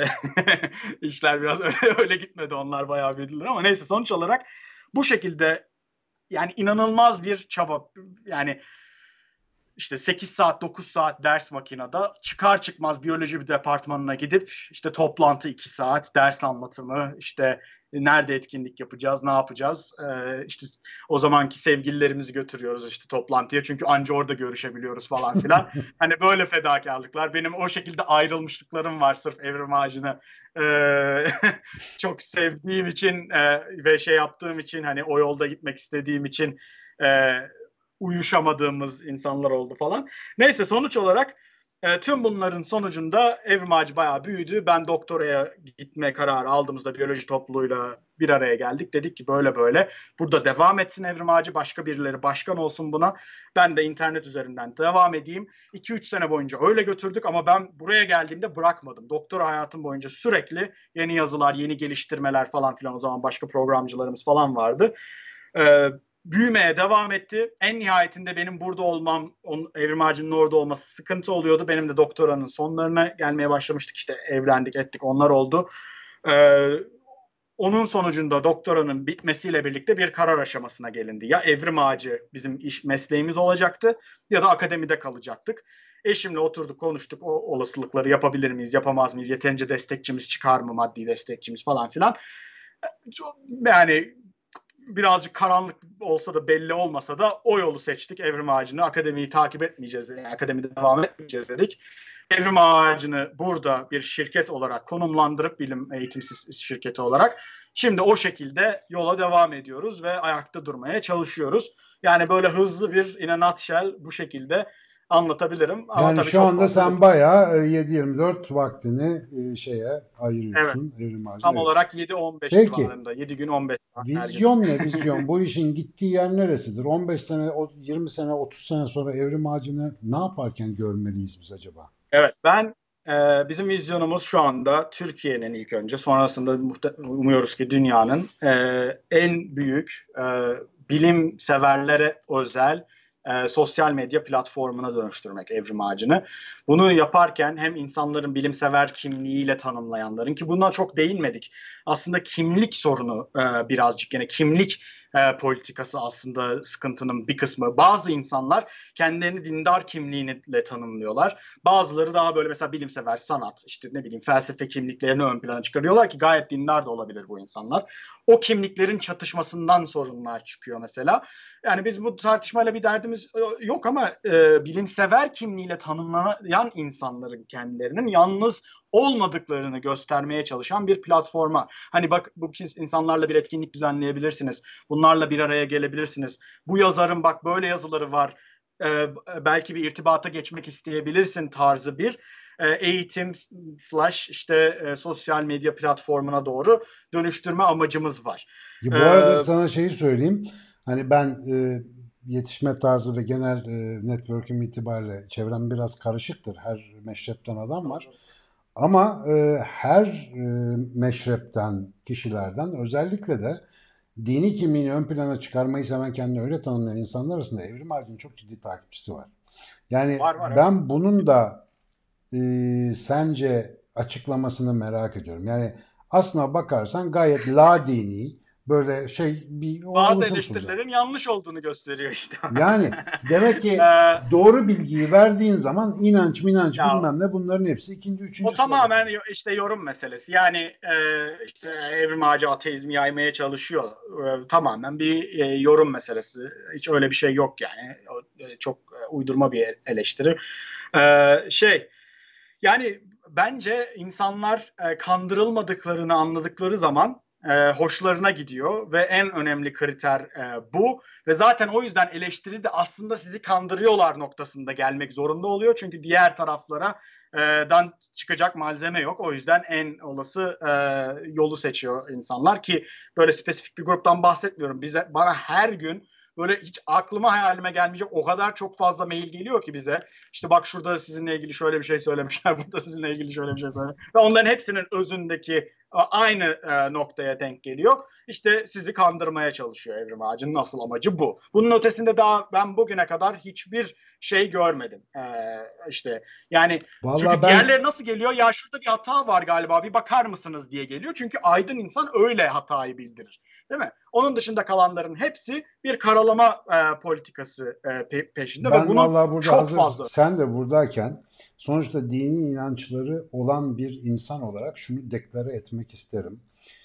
işler biraz öyle, öyle gitmedi. Onlar bayağı büyüdüler ama neyse sonuç olarak bu şekilde yani inanılmaz bir çaba. Yani işte sekiz saat dokuz saat ders makinede çıkar çıkmaz biyoloji bir departmanına gidip işte toplantı iki saat ders anlatımı işte nerede etkinlik yapacağız ne yapacağız ee, işte o zamanki sevgililerimizi götürüyoruz işte toplantıya çünkü anca orada görüşebiliyoruz falan filan hani böyle fedakarlıklar benim o şekilde ayrılmışlıklarım var sırf Evrim Ağacı'nı ee, çok sevdiğim için e, ve şey yaptığım için hani o yolda gitmek istediğim için e, uyuşamadığımız insanlar oldu falan. Neyse sonuç olarak e, tüm bunların sonucunda Evrim Ağacı bayağı büyüdü. Ben doktoraya gitme kararı aldığımızda biyoloji topluluğuyla bir araya geldik. Dedik ki böyle böyle burada devam etsin Evrim Ağacı. Başka birileri başkan olsun buna. Ben de internet üzerinden devam edeyim. iki üç sene boyunca öyle götürdük ama ben buraya geldiğimde bırakmadım. Doktora hayatım boyunca sürekli yeni yazılar, yeni geliştirmeler falan filan o zaman başka programcılarımız falan vardı. Ee, büyümeye devam etti. En nihayetinde benim burada olmam, on, Evrim Ağacı'nın orada olması sıkıntı oluyordu. Benim de doktoranın sonlarına gelmeye başlamıştık. İşte evlendik, ettik, onlar oldu. Ee, onun sonucunda doktoranın bitmesiyle birlikte bir karar aşamasına gelindi. Ya Evrim Ağacı bizim iş mesleğimiz olacaktı ya da akademide kalacaktık. Eşimle oturduk konuştuk o olasılıkları yapabilir miyiz, yapamaz mıyız, yeterince destekçimiz çıkar mı, maddi destekçimiz falan filan. Yani birazcık karanlık olsa da belli olmasa da o yolu seçtik. Evrim Ağacı'nı akademiyi takip etmeyeceğiz. Yani akademide devam etmeyeceğiz dedik. Evrim Ağacı'nı burada bir şirket olarak konumlandırıp bilim eğitim şirketi olarak şimdi o şekilde yola devam ediyoruz ve ayakta durmaya çalışıyoruz. Yani böyle hızlı bir in a nutshell bu şekilde anlatabilirim. Ama
Yani
tabii
şu
çok
anda
fazla
sen
detay.
bayağı e, yedi yirmi dört vaktini e, şeye
Evet.
ayırıyorsun Evrim Ağacı'na
Tam
ayırıyorsun.
olarak yedi on beş
Peki
civarında. yedi gün on beş saat her gün.
vizyon ne vizyon? Bu işin gittiği yer neresidir? on beş sene, yirmi sene, otuz sene sonra Evrim Ağacı'nı ne yaparken görmeliyiz biz acaba?
Evet, ben e, bizim vizyonumuz şu anda Türkiye'nin ilk önce, sonrasında muhte- umuyoruz ki dünyanın e, en büyük e, bilim severlere özel e, sosyal medya platformuna dönüştürmek Evrim Ağacı'nı. Bunu yaparken hem insanların bilimsever kimliğiyle tanımlayanların ki buna çok değinmedik. Aslında kimlik sorunu e, birazcık yine kimlik e, politikası aslında sıkıntının bir kısmı. Bazı insanlar kendilerini dindar kimliğiyle tanımlıyorlar. Bazıları daha böyle mesela bilimsever, sanat, işte ne bileyim felsefe kimliklerini ön plana çıkarıyorlar ki gayet dindar da olabilir bu insanlar. O kimliklerin çatışmasından sorunlar çıkıyor mesela. Yani biz bu tartışmayla bir derdimiz yok ama e, bilimsever kimliğiyle tanımlayan insanların kendilerinin yalnız olmadıklarını göstermeye çalışan bir platforma. Hani bak bu insanlarla bir etkinlik düzenleyebilirsiniz. Bunlarla bir araya gelebilirsiniz. Bu yazarın bak böyle yazıları var e, belki bir irtibata geçmek isteyebilirsin tarzı bir e, eğitim slash işte e, sosyal medya platformuna doğru dönüştürme amacımız var.
Ya
E,
bu arada sana şeyi söyleyeyim. Hani ben e, yetişme tarzı ve genel e, network'üm itibariyle çevrem biraz karışıktır. Her meşrepten adam var. Ama e, her e, meşrepten, kişilerden özellikle de dini kimliğini ön plana çıkarmayı seven kendini öyle tanımlayan insanlar arasında Evrim Ağacı'nın çok ciddi takipçisi var. Yani
var var evet.
ben bunun da e, sence açıklamasını merak ediyorum. Yani aslına bakarsan gayet la dini, Böyle şey bir
Bazı
oluşursunuz yani.
eleştirilerin yanlış olduğunu gösteriyor işte.
Yani demek
Ee,
ki doğru bilgiyi verdiğin zaman inanç minanç
ya
bilmem ne bunların hepsi ikinci,
o
üçüncü sırada
tamamen
kalıyor.
yo- işte yorum meselesi. Yani e, işte Evrim Ağacı ateizmi yaymaya çalışıyor. E, tamamen bir e, yorum meselesi. Hiç öyle bir şey yok yani. O, e, çok e, uydurma bir eleştiri. E, şey Yani bence insanlar e, kandırılmadıklarını anladıkları zaman e, hoşlarına gidiyor ve en önemli kriter e, bu ve zaten o yüzden eleştiri de aslında sizi kandırıyorlar noktasında gelmek zorunda oluyor çünkü diğer taraflara e, dan çıkacak malzeme yok. O yüzden en olası e, yolu seçiyor insanlar ki böyle spesifik bir gruptan bahsetmiyorum. Bize bana her gün böyle hiç aklıma hayalime gelmeyecek o kadar çok fazla mail geliyor ki bize. İşte bak şurada sizinle ilgili şöyle bir şey söylemişler, burada sizinle ilgili şöyle bir şey söylemişler. Ve onların hepsinin özündeki aynı e, noktaya denk geliyor. İşte sizi kandırmaya çalışıyor Evrim Ağacı'nın asıl amacı bu. Bunun ötesinde daha ben bugüne kadar hiçbir şey görmedim. E, işte yani çünkü
Vallahi ben
diğerleri nasıl geliyor? Ya şurada bir hata var galiba bir bakar mısınız diye geliyor. Çünkü aydın insan öyle hatayı bildirir. Değil mi? Onun dışında kalanların hepsi bir karalama e, politikası e, pe- peşinde ve
Ben
bunun
vallahi burada
çok
hazır
fazla.
sen de buradayken sonuçta dini inançları olan bir insan olarak şunu deklare etmek isterim.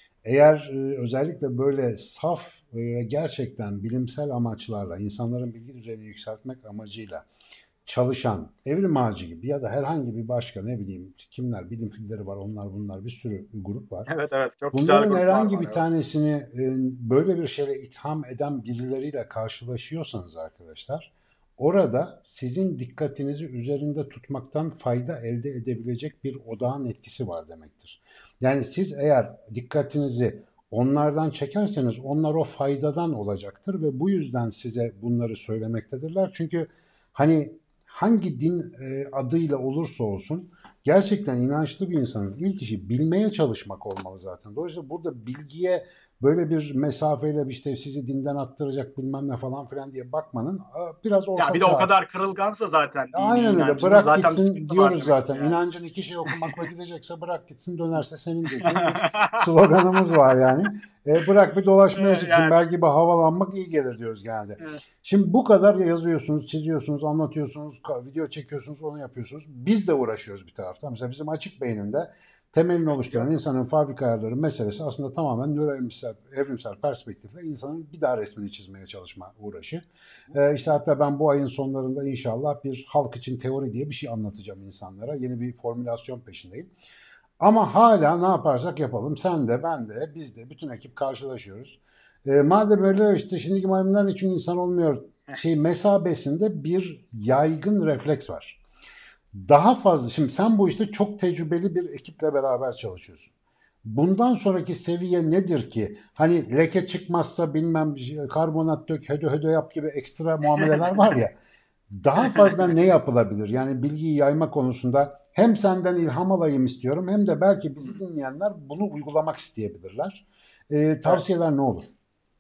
Eğer e, özellikle böyle saf ve gerçekten bilimsel amaçlarla, insanların bilgi düzeyini yükseltmek amacıyla çalışan Evrim Ağacı gibi ya da herhangi bir başka ne bileyim kimler, bilim filleri var, onlar bunlar bir sürü grup var.
Evet evet çok güzel
Bunların
gruplar
herhangi
var
bir
evet.
tanesini e, böyle bir şeyle itham eden birileriyle karşılaşıyorsanız arkadaşlar, orada sizin dikkatinizi üzerinde tutmaktan fayda elde edebilecek bir odağın etkisi var demektir. Yani siz eğer dikkatinizi onlardan çekerseniz onlar o faydadan olacaktır ve bu yüzden size bunları söylemektedirler. Çünkü hani hangi din e, adıyla olursa olsun gerçekten inançlı bir insanın ilk işi bilmeye çalışmak olmalı zaten. Dolayısıyla burada bilgiye böyle bir mesafeyle işte sizi dinden attıracak bilmem ne falan filan diye bakmanın biraz
Ya
orta
bir de o
çağ.
kadar kırılgansa zaten dini
Aynen öyle.
inancınız
Bırak
zaten bir
gitsin
sıkıntı var
diyoruz
demektir
zaten.
yani.
İnancın iki şey okumakla gidecekse bırak gitsin dönerse senindir diye bir sloganımız var yani. E, bırak bir dolaşmaya çıksın.
Yani
Belki bir havalanmak iyi gelir diyoruz genelde. Şimdi bu kadar yazıyorsunuz, çiziyorsunuz, anlatıyorsunuz, video çekiyorsunuz, onu yapıyorsunuz. Biz de uğraşıyoruz bir taraftan. Mesela bizim açık beyninde temelini oluşturan insanın fabrika ayarları meselesi aslında tamamen nöroevrimsel evrimsel perspektifle insanın bir daha resmini çizmeye çalışma uğraşı. Ee, işte hatta ben bu ayın sonlarında inşallah bir halk için teori diye bir şey anlatacağım insanlara. Yeni bir formülasyon peşindeyim. Ama hala ne yaparsak yapalım sen de ben de biz de bütün ekip karşılaşıyoruz. Ee, madem öyle işte şimdiki maymunlar için insan olmuyor şey mesabesinde bir yaygın refleks var. Daha fazla şimdi sen bu işte çok tecrübeli bir ekiple beraber çalışıyorsun. Bundan sonraki seviye nedir ki? Hani leke çıkmazsa bilmem karbonat dök, hödö hödö yap gibi ekstra muameleler var ya. Daha fazla ne yapılabilir? Yani bilgiyi yayma konusunda hem senden ilham alayım istiyorum hem de belki bizi dinleyenler bunu uygulamak isteyebilirler. Ee,
evet.
tavsiyeler ne olur?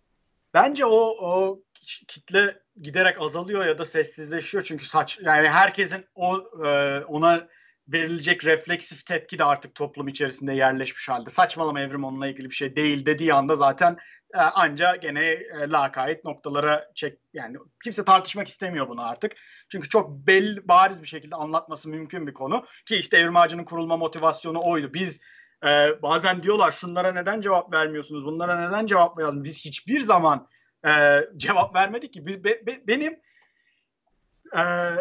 Bence o o kitle giderek azalıyor ya da sessizleşiyor çünkü saç yani herkesin o e, ona verilecek refleksif tepki de artık toplum içerisinde yerleşmiş halde. Saçmalama Evrim onunla ilgili bir şey değil dediği anda zaten e, anca gene e, lakayt noktalara çek yani kimse tartışmak istemiyor bunu artık. Çünkü çok belli bariz bir şekilde anlatması mümkün bir konu ki işte Evrim Ağacı'nın kurulma motivasyonu oydu. Biz e, bazen diyorlar şunlara neden cevap vermiyorsunuz? Bunlara neden cevap vermiyorsunuz? Biz hiçbir zaman e, cevap vermedik ki. Biz, be, be, benim e,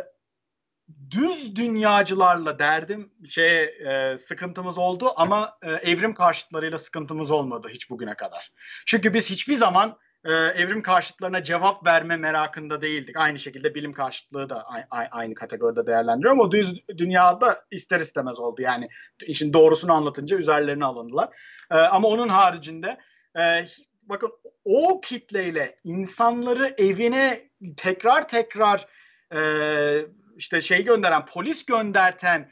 düz dünyacılarla derdim şey e, sıkıntımız oldu ama e, evrim karşıtlarıyla sıkıntımız olmadı hiç bugüne kadar. Çünkü biz hiçbir zaman e, evrim karşıtlarına cevap verme merakında değildik. Aynı şekilde bilim karşıtlığı da a- aynı kategoride değerlendiriyorum. O düz dünyada ister istemez oldu. Yani işin doğrusunu anlatınca üzerlerine alındılar. E, ama onun haricinde e, bakın o kitleyle insanları evine tekrar tekrar e, işte şey gönderen, polis gönderten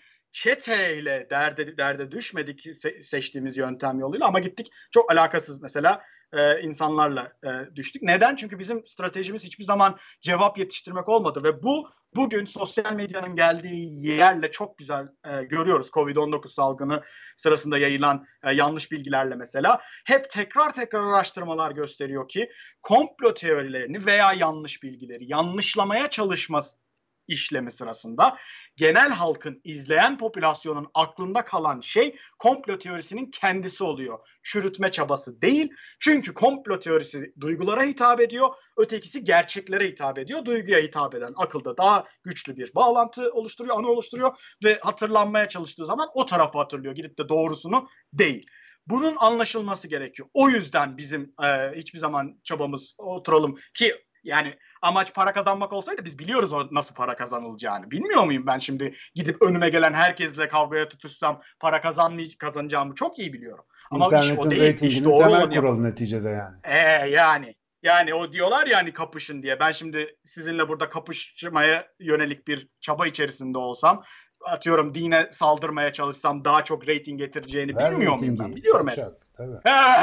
çeteyle derde, derde düşmedik se- seçtiğimiz yöntem yoluyla ama gittik çok alakasız mesela e, insanlarla e, düştük. Neden? Çünkü bizim stratejimiz hiçbir zaman cevap yetiştirmek olmadı ve bu bugün sosyal medyanın geldiği yerle çok güzel e, görüyoruz. Covid on dokuz salgını sırasında yayılan e, yanlış bilgilerle mesela. Hep tekrar tekrar araştırmalar gösteriyor ki komplo teorilerini veya yanlış bilgileri yanlışlamaya çalışması işlemi sırasında genel halkın, izleyen popülasyonun aklında kalan şey komplo teorisinin kendisi oluyor. Çürütme çabası değil. Çünkü komplo teorisi duygulara hitap ediyor. Ötekisi gerçeklere hitap ediyor. Duyguya hitap eden akılda daha güçlü bir bağlantı oluşturuyor, anı oluşturuyor ve hatırlanmaya çalıştığı zaman o tarafı hatırlıyor. Gidip de doğrusunu değil. Bunun anlaşılması gerekiyor. O yüzden bizim e, hiçbir zaman çabamız oturalım ki yani amaç para kazanmak olsaydı biz biliyoruz nasıl para kazanılacağını. Bilmiyor muyum ben şimdi gidip önüme gelen herkesle kavgaya tutuşsam para kazanacağımı çok iyi biliyorum. Ama iş o
İnternetin
değil. İş
reytinginin
doğru
temel
olanı yapalım.
kuralı neticede yani.
Ee, yani. Yani o diyorlar ya hani kapışın diye. Ben şimdi sizinle burada kapışmaya yönelik bir çaba içerisinde olsam, atıyorum dine saldırmaya çalışsam daha çok reyting getireceğini
Ver
bilmiyor muyum ben?
reytingi.
Biliyorum
Şak
hep.
şak. Tabii.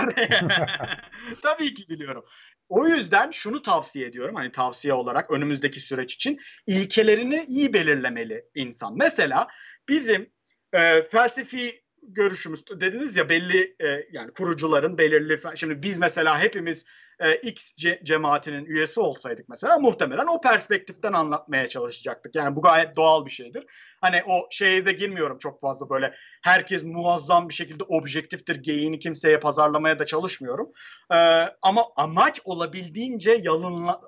Tabii ki biliyorum. O yüzden şunu tavsiye ediyorum, hani tavsiye olarak önümüzdeki süreç için ilkelerini iyi belirlemeli insan. Mesela bizim e, felsefi görüşümüz dediniz ya belli e, yani kurucuların belirli, şimdi biz mesela hepimiz e, X ce- cemaatinin üyesi olsaydık mesela muhtemelen o perspektiften anlatmaya çalışacaktık. Yani bu gayet doğal bir şeydir. Hani o şeye de girmiyorum çok fazla, böyle herkes muazzam bir şekilde objektiftir geyiğini kimseye pazarlamaya da çalışmıyorum. Ee, ama amaç olabildiğince yalınla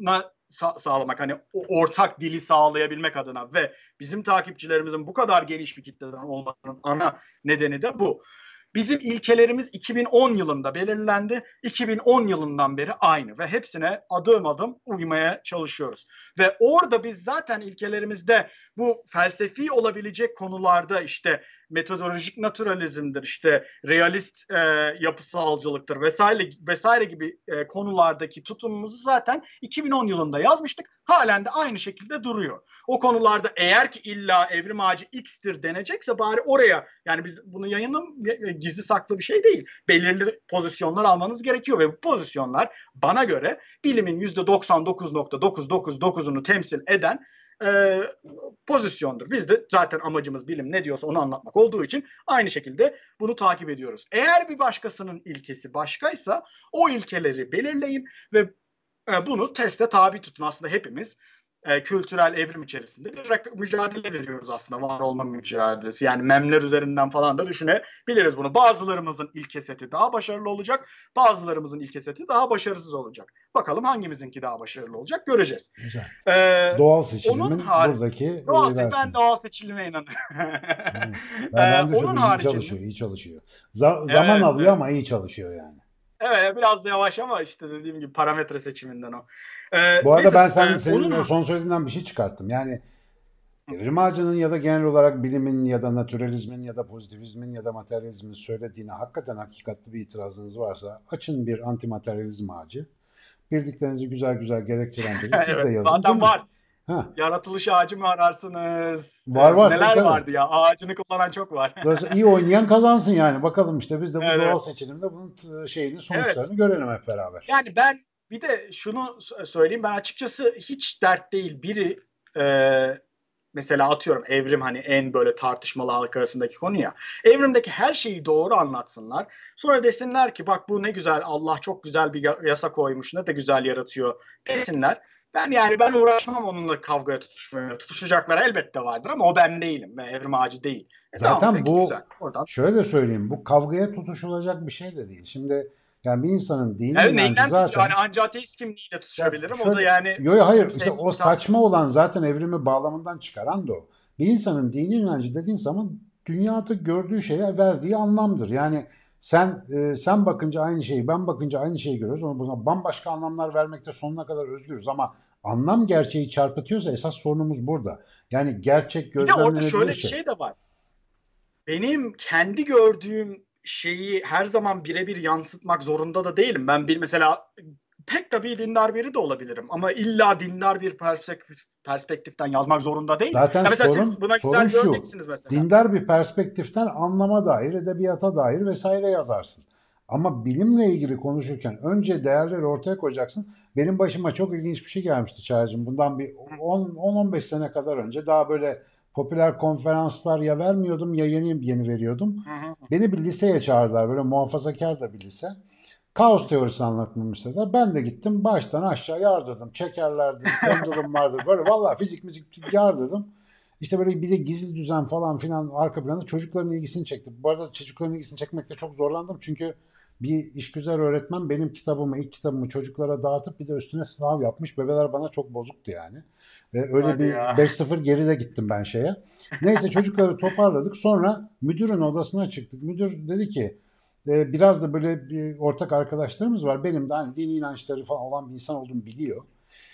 sa- sağlamak, hani o ortak dili sağlayabilmek adına ve bizim takipçilerimizin bu kadar geniş bir kitleden olmasının ana nedeni de bu. Bizim ilkelerimiz iki bin on yılında belirlendi. iki bin on yılından beri aynı ve hepsine adım adım uymaya çalışıyoruz. Ve orada biz zaten ilkelerimizde bu felsefi olabilecek konularda işte metodolojik naturalizmdir, işte realist e, yapısalcılıktır vesaire vesaire gibi e, konulardaki tutumumuzu zaten iki bin on yılında yazmıştık. Halen de aynı şekilde duruyor. O konularda eğer ki illa evrim ağacı X'tir denecekse bari oraya, yani biz bunu yayınlam gizli saklı bir şey değil. Belirli pozisyonlar almanız gerekiyor ve bu pozisyonlar bana göre bilimin yüzde doksan dokuz nokta dokuz dokuz dokuzunu temsil eden e, pozisyondur. Biz de zaten amacımız bilim ne diyorsa onu anlatmak olduğu için aynı şekilde bunu takip ediyoruz. Eğer bir başkasının ilkesi başkaysa o ilkeleri belirleyin ve e, bunu teste tabi tutun. Aslında hepimiz e, kültürel evrim içerisinde bir mücadele veriyoruz aslında, var olma mücadelesi. Yani memler üzerinden falan da düşünebiliriz bunu. Bazılarımızın ilke seti daha başarılı olacak, bazılarımızın ilke seti daha başarısız olacak. Bakalım hangimizinki daha başarılı olacak göreceğiz.
Güzel.
Ee,
Doğal
onun
seçilimin
har
buradaki
doğal
e,
se- ben
versiyonu.
doğal seçilime inanıyorum.
Evet. Ben,
ee,
ben de çok
onun
iyi çalışıyor,
haricinde
iyi çalışıyor. Za- zaman
evet,
alıyor
evet.
ama iyi çalışıyor yani.
Evet, biraz da yavaş ama işte dediğim gibi parametre seçiminden o. Ee,
Bu arada
neyse
ben
e,
sen,
onun
senin son söylediğinden bir şey çıkarttım. Yani evrim ağacının ya da genel olarak bilimin ya da naturalizmin ya da pozitivizmin ya da materyalizmin söylediğine hakikaten hakikatli bir itirazınız varsa açın bir antimateryalizm ağacı. Bildiklerinizi güzel güzel gerekçelendirin. Siz de
evet,
yazın, değil
zaten
mi?
var.
Ha,
Yaratılış ağacı mı ararsınız?
var
Ee,
var tabii
neler
tabii.
vardı ya? Ağacını kullanan çok var.
Dolayısıyla iyi oynayan kazansın yani. Bakalım işte biz de bu
Evet,
doğal
evet.
seçilimde bunun t- şeyini,
Evet.
sonuçlarını görelim hep beraber.
Yani ben bir de şunu söyleyeyim. Ben açıkçası hiç dert değil. Biri e, mesela atıyorum evrim hani en böyle tartışmalı halk arasındaki konu ya. Evrimdeki her şeyi doğru anlatsınlar. Sonra desinler ki bak bu ne güzel, Allah çok güzel bir yasa koymuş, ne de güzel yaratıyor desinler. Ben yani ben uğraşmam onunla kavgaya tutuşmaya. Tutuşacaklar elbette vardır ama o ben değilim ve evrim ağacı değil. E tamam
Zaten
peki güzel.
bu,
Oradan.
şöyle söyleyeyim, bu kavgaya tutuşulacak bir şey de değil. Şimdi yani bir insanın dini
Evet,
inancı
neyinden tutuyor?
zaten,
Hani anca ateist kimliğiyle
ya
tutuşabilirim. O da
şöyle,
yani
yo yo, hayır, işte
sevdiğim
o
bir tartışma.
saçma olan zaten evrimi bağlamından çıkaran da o. Bir insanın dini inancı dediğin zaman dünyada gördüğü şeye verdiği anlamdır. Yani sen e, sen bakınca aynı şeyi, ben bakınca aynı şeyi görüyoruz. Ama buna bambaşka anlamlar vermekte sonuna kadar özgürüz. Ama anlam gerçeği çarpıtıyorsa esas sorunumuz burada. Yani gerçek
Bir de orada şöyle bir
gözlemlenebilirse.
şey de var. Benim kendi gördüğüm şeyi her zaman birebir yansıtmak zorunda da değilim. Ben bir mesela pek tabii dindar biri de olabilirim ama illa dindar bir perspektif, perspektiften yazmak zorunda değilim.
Zaten
Ya mesela siz
sorun
buna
sorun
güzel bir
şu.
örneksiniz mesela.
Dindar bir perspektiften anlama dair, edebiyata dair vesaire yazarsın. Ama bilimle ilgili konuşurken önce değerleri ortaya koyacaksın. Benim başıma çok ilginç bir şey gelmişti Çağrı'cığım. Bundan bir on on beş sene kadar önce daha böyle popüler konferanslar ya vermiyordum ya yeni yeni veriyordum.
Hı hı.
Beni bir liseye çağırdılar. Böyle muhafazakar da bir lise. Kaos teorisi anlatmamı istediler. Ben de gittim baştan aşağı yardırdım. Çekerlerdir, pendulumlardır. Böyle vallahi fizik müzik yardırdım. İşte böyle bir de gizli düzen falan filan arka planda çocukların ilgisini çekti. Bu arada çocukların ilgisini çekmekte çok zorlandım. Çünkü bir işgüzar öğretmen benim kitabımı, ilk kitabımı çocuklara dağıtıp bir de üstüne sınav yapmış. Bebeler bana çok bozuktu yani. Ve öyle
Hadi
bir
ya.
beş sıfır geride gittim ben şeye. Neyse çocukları toparladık. Sonra müdürün odasına çıktık. Müdür dedi ki e, biraz da böyle bir ortak arkadaşlarımız var. Benim de hani dini inançları falan olan bir insan olduğumu biliyor.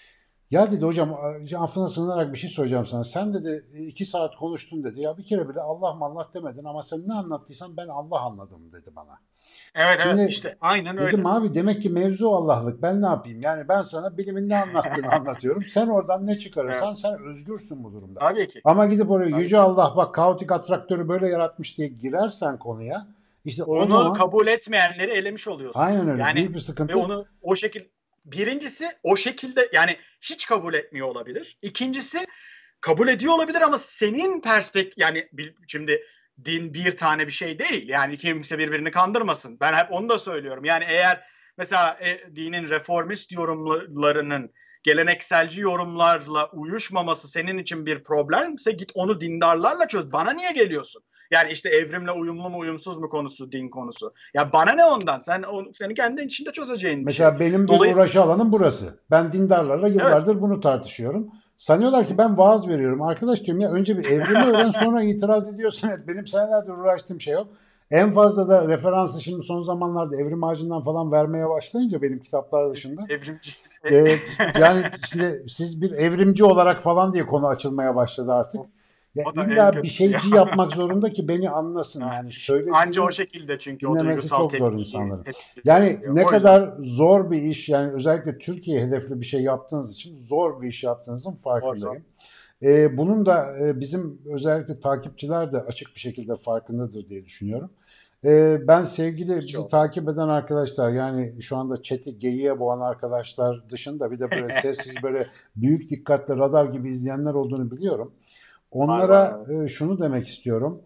Ya dedi hocam affına sığınarak bir şey söyleyeceğim sana. Sen dedi iki saat konuştun dedi. Ya bir kere bile Allah Allah demedin ama sen ne anlattıysan ben Allah anladım dedi bana.
Evet evet
Şimdi
işte aynen
dedim
öyle.
abi demek ki mevzu Allah'lık. Ben ne yapayım? Yani ben sana bilimin ne anlattığını anlatıyorum. Sen oradan ne
Evet.
çıkarırsan sen özgürsün bu durumda.
Tabii ki.
Ama gidip oraya
Tabii
Yüce
ki.
Allah bak kaotik atraktörü böyle yaratmış diye girersen konuya işte o
Onu
zaman
kabul etmeyenleri elemiş oluyorsun.
aynen öyle
Yani
büyük bir
ve
sıkıntı.
onu o şekil birincisi o şekilde yani hiç kabul etmiyor olabilir. İkincisi kabul ediyor olabilir ama senin perspektif yani şimdi din bir tane bir şey değil. Yani kimse birbirini kandırmasın. Ben hep onu da söylüyorum. Yani eğer mesela e, dinin reformist yorumlarının gelenekselci yorumlarla uyuşmaması senin için bir problemse git onu dindarlarla çöz. Bana niye geliyorsun? Yani işte evrimle uyumlu mu uyumsuz mu konusu din konusu. Ya bana ne ondan? Sen onu senin kendi içinde çözeceğin bir şey.
Mesela benim bir
Dolayısıyla
uğraşı alanım burası. Ben dindarlarla
evet.
yıllardır bunu tartışıyorum. Sanıyorlar ki ben vaaz veriyorum. Arkadaş diyorum ya önce bir evrimi öğren sonra itiraz ediyorsun. Evet, benim senelerdir uğraştığım şey o. En fazla da referansı şimdi son zamanlarda Evrim Ağacı'ndan falan vermeye başlayınca benim kitaplar dışında.
Evrimcisi.
Ee, yani şimdi siz bir evrimci olarak falan diye konu açılmaya başladı artık. Ya
O da en
illa bir
kötüsü ya.
şeyci yapmak zorunda ki beni anlasın. Yani
İşte anca o
söylediğimi
şekilde çünkü o
dinlemesi
duygusal
çok zor
tepkiyi
insanların. Yani
tetikleyebiliyor.
ne
O yüzden
kadar zor bir iş yani özellikle Türkiye hedefli bir şey yaptığınız için zor bir iş yaptığınızın
zor zor.
farkındayım. Ee, bunun da e, bizim özellikle takipçiler de açık bir şekilde farkındadır diye düşünüyorum. Ee, ben sevgili bizi
Çok.
takip eden arkadaşlar yani şu anda chat'i geyiğe boğan arkadaşlar dışında bir de böyle sessiz böyle büyük dikkatle radar gibi izleyenler olduğunu biliyorum.
Var var
Onlara
evet.
e, şunu demek istiyorum.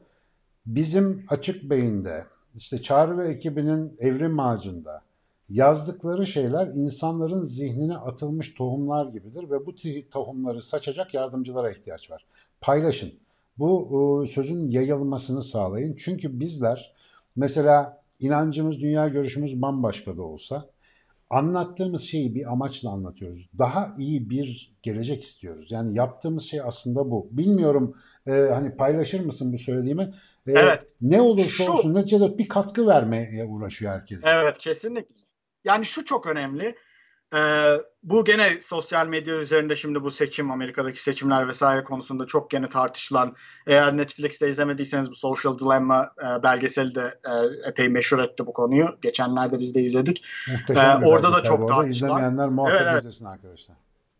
Bizim Açık Beyin'de, işte Çağrı ve ekibinin Evrim Ağacı'nda yazdıkları şeyler insanların zihnine atılmış tohumlar gibidir ve bu tohumları saçacak yardımcılara ihtiyaç var. Paylaşın. Bu sözün yayılmasını sağlayın. Çünkü bizler mesela inancımız, dünya görüşümüz bambaşka da olsa anlattığımız şeyi bir amaçla anlatıyoruz. Daha iyi bir gelecek istiyoruz. Yani yaptığımız şey aslında bu. Bilmiyorum e, hani paylaşır mısın bu söylediğimi? E,
Evet.
ne olursa
Şu
olsun neticede bir katkı vermeye uğraşıyor herkes yani.
evet kesinlikle. Yani şu çok önemli. Ee, bu gene sosyal medya üzerinde şimdi bu seçim, Amerika'daki seçimler vesaire konusunda çok gene tartışılan, eğer Netflix'te izlemediyseniz bu Social Dilemma e, belgeseli de e, epey meşhur etti bu konuyu. Geçenlerde biz de izledik. Ee,
Muhteşem bir
orada da
belgesel bu
çok
arada.
tartışılan.
İzlemeyenler
Evet
muhakkak
evet.
izlesin arkadaşlar.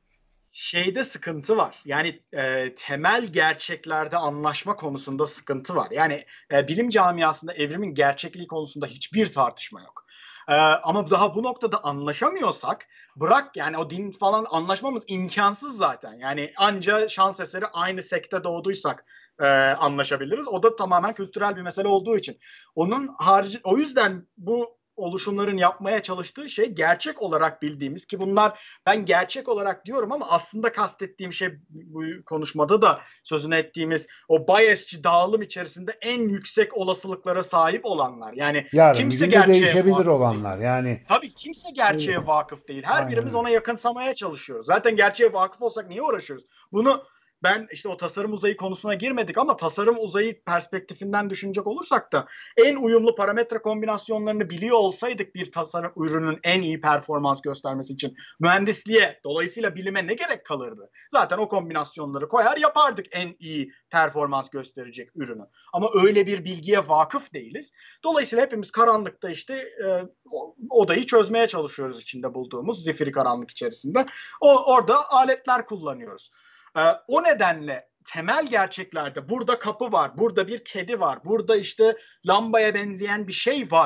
Şeyde sıkıntı var. Yani e, temel gerçeklerde anlaşma konusunda sıkıntı var. Yani e, bilim camiasında evrimin gerçekliği konusunda hiçbir tartışma yok. E, ama daha bu noktada anlaşamıyorsak bırak yani o din falan anlaşmamız imkansız zaten. Yani anca şans eseri aynı sekte doğduysak e, anlaşabiliriz. O da tamamen kültürel bir mesele olduğu için. Onun harici o yüzden bu oluşumların yapmaya çalıştığı şey gerçek olarak bildiğimiz ki bunlar ben gerçek olarak diyorum ama aslında kastettiğim şey bu konuşmada da sözünü ettiğimiz o biasçi dağılım içerisinde en yüksek olasılıklara sahip olanlar. Yani
Yarın bir
kimse
günde
gerçeğe
değişebilir
vakıf değil.
olanlar. Yani
Tabii kimse
e,
gerçeğe vakıf değil. Her
aynen
birimiz
öyle.
ona yakınsamaya çalışıyoruz. Zaten gerçeğe vakıf olsak niye uğraşıyoruz? Bunu ben işte o tasarım uzayı konusuna girmedik ama tasarım uzayı perspektifinden düşünecek olursak da en uyumlu parametre kombinasyonlarını biliyor olsaydık bir tasarım ürünün en iyi performans göstermesi için mühendisliğe dolayısıyla bilime ne gerek kalırdı? Zaten o kombinasyonları koyar yapardık en iyi performans gösterecek ürünü. Ama öyle bir bilgiye vakıf değiliz. Dolayısıyla hepimiz karanlıkta işte e, odayı çözmeye çalışıyoruz içinde bulduğumuz zifiri karanlık içerisinde. O, orada aletler kullanıyoruz. E, o nedenle temel gerçeklerde burada kapı var, burada bir kedi var, burada işte lambaya benzeyen bir şey var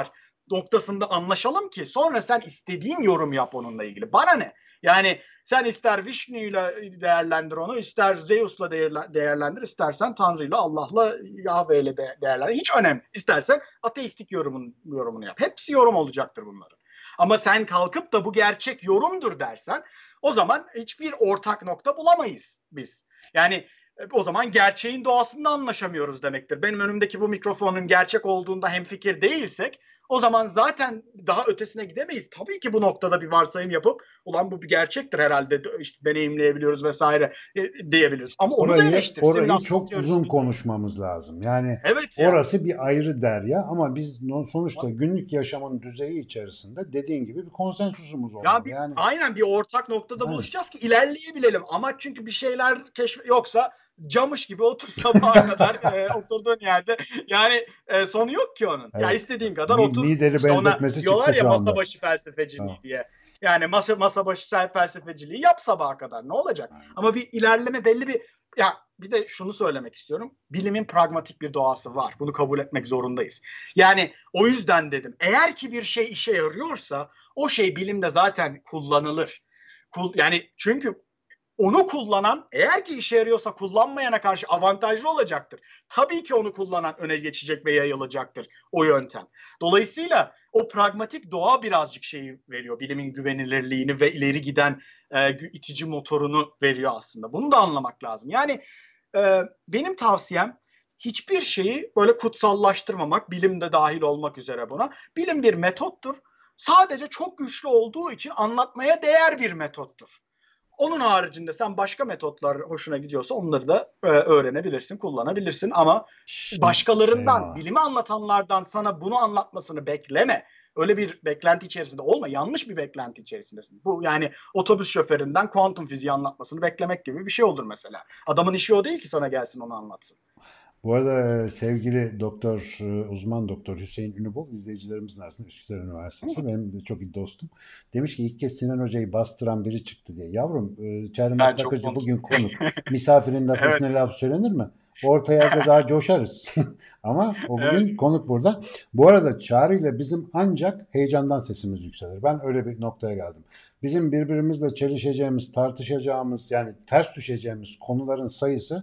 noktasında anlaşalım ki sonra sen istediğin yorum yap onunla ilgili. Bana ne? Yani sen ister Vishnu'yla değerlendir onu, ister Zeus'la değerlendir, istersen Tanrı'yla, Allah'la, Yahve'yle de değerlendir. Hiç önemli. İstersen ateistik yorumun, yorumunu yap. Hepsi yorum olacaktır bunların. Ama sen kalkıp da bu gerçek yorumdur dersen o zaman hiçbir ortak nokta bulamayız biz. Yani o zaman gerçeğin doğasında anlaşamıyoruz demektir. Benim önümdeki bu mikrofonun gerçek olduğunda hemfikir değilsek o zaman zaten daha ötesine gidemeyiz. Tabii ki bu noktada bir varsayım yapıp ulan bu bir gerçektir herhalde işte deneyimleyebiliyoruz vesaire e, diyebiliriz.
İşte
Ama onu da
orayı
eleştir.
orayı
Simülasyon
çok uzun
teorisini.
konuşmamız lazım. Yani
Evet yani.
orası bir ayrı derya ama biz sonuçta günlük yaşamın düzeyi içerisinde dediğin gibi bir konsensusumuz
Ya
olmalı.
bir
Yani
aynen bir ortak noktada
yani
buluşacağız ki ilerleyebilelim. Amaç çünkü bir şeyler keşf yoksa camış gibi otur sabaha kadar e, oturduğun yerde. Yani e, sonu yok ki onun. Ya
evet.
istediğin kadar
Li-
otur.
lideri
İşte ona
benzetmesi
diyorlar
çıktı
ya
şu
masa
anda.
başı felsefeciliği
Tamam.
diye. Yani masa masa başı felsefeciliği yap sabaha kadar. Ne olacak?
Aynen.
Ama bir ilerleme belli bir ya bir de şunu söylemek istiyorum. Bilimin pragmatik bir doğası var. Bunu kabul etmek zorundayız. Yani o yüzden dedim. Eğer ki bir şey işe yarıyorsa o şey bilimde zaten kullanılır. Yani çünkü onu kullanan eğer ki işe yarıyorsa kullanmayana karşı avantajlı olacaktır. Tabii ki onu kullanan öne geçecek ve yayılacaktır o yöntem. Dolayısıyla o pragmatik doğa birazcık şeyi veriyor. Bilimin güvenilirliğini ve ileri giden e, itici motorunu veriyor aslında. Bunu da anlamak lazım. Yani e, benim tavsiyem hiçbir şeyi böyle kutsallaştırmamak, bilim de dahil olmak üzere buna. Bilim bir metottur. Sadece çok güçlü olduğu için anlatmaya değer bir metottur. Onun haricinde sen başka metotlar hoşuna gidiyorsa onları da e, öğrenebilirsin, kullanabilirsin ama
Şimdi,
başkalarından,
eyvallah.
bilimi anlatanlardan sana bunu anlatmasını bekleme. Öyle bir beklenti içerisinde olma. Yanlış bir beklenti içerisindesin. Bu yani otobüs şoföründen kuantum fiziği anlatmasını beklemek gibi bir şey olur mesela. Adamın işi o değil ki sana gelsin onu anlatsın.
Bu arada e, sevgili doktor, e, uzman doktor Hüseyin Ünübol izleyicilerimizin arasında Üsküdar Üniversitesi. Benim de çok iyi dostum. Demiş ki ilk kez Sinan Hoca'yı bastıran biri çıktı diye. Yavrum, e, Çağrı
Ben
Mert
çok
Bakırcı bugün
konuştum.
konuk. Misafirin lafı
Evet,
üstüne laf söylenir mi? Orta yerde daha coşarız. Ama o
evet.
bugün konuk burada. Bu arada Çağrı ile bizim ancak heyecandan sesimiz yükselir. Ben öyle bir noktaya geldim. Bizim birbirimizle çelişeceğimiz, tartışacağımız yani ters düşeceğimiz konuların sayısı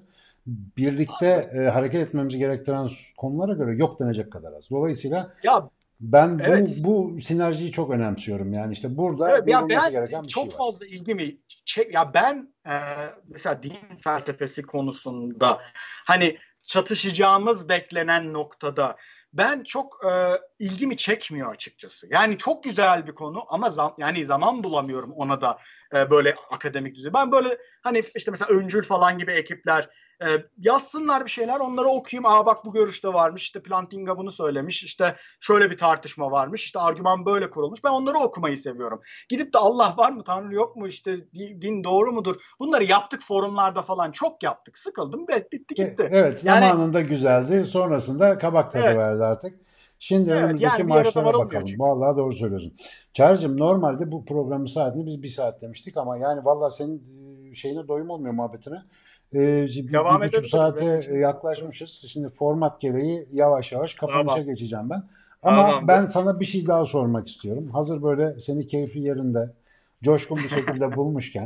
birlikte e, hareket etmemizi gerektiren konulara göre yok denecek kadar az. Dolayısıyla
Ya
ben bu
evet.
bu sinerjiyi çok önemsiyorum. Yani işte burada
Evet ya
vurulması
ben
gereken bir şey
çok
var.
fazla ilgimi çek ya ben e, mesela din felsefesi konusunda hani çatışacağımız beklenen noktada ben çok e, ilgimi çekmiyor açıkçası. Yani çok güzel bir konu ama zam, yani zaman bulamıyorum ona da e, böyle akademik düzey. Ben böyle hani işte mesela Öncül falan gibi ekipler e, yazsınlar bir şeyler onları okuyayım. Aa bak bu görüşte varmış işte Plantinga bunu söylemiş işte şöyle bir tartışma varmış işte argüman böyle kurulmuş. Ben onları okumayı seviyorum. Gidip de Allah var mı Tanrı yok mu işte din doğru mudur? Bunları yaptık forumlarda falan çok yaptık. Sıkıldım bitti
E,
gitti.
Evet,
Yani
zamanında güzeldi. Sonrasında kabak tadı
evet
verdi artık. Şimdi
evet
önümüzdeki
yani bir yere de
maçlara
varılmıyor
bakalım.
çünkü.
Vallahi doğru söylüyorsun. Çağrı'cığım normalde bu programın saatini biz bir saat demiştik ama yani vallahi senin e, şeyine doyum olmuyor muhabbetine. Ee, bir, bir
Devam
buçuk
edebiliriz benim
saate
için sıkıntı yok.
yaklaşmışız. Şimdi format gereği yavaş yavaş kapanışa
Tamam
geçeceğim ben. Ama ben
tamamdır.
sana bir şey daha sormak istiyorum. Hazır böyle seni keyfi yerinde, coşkun bir şekilde bulmuşken.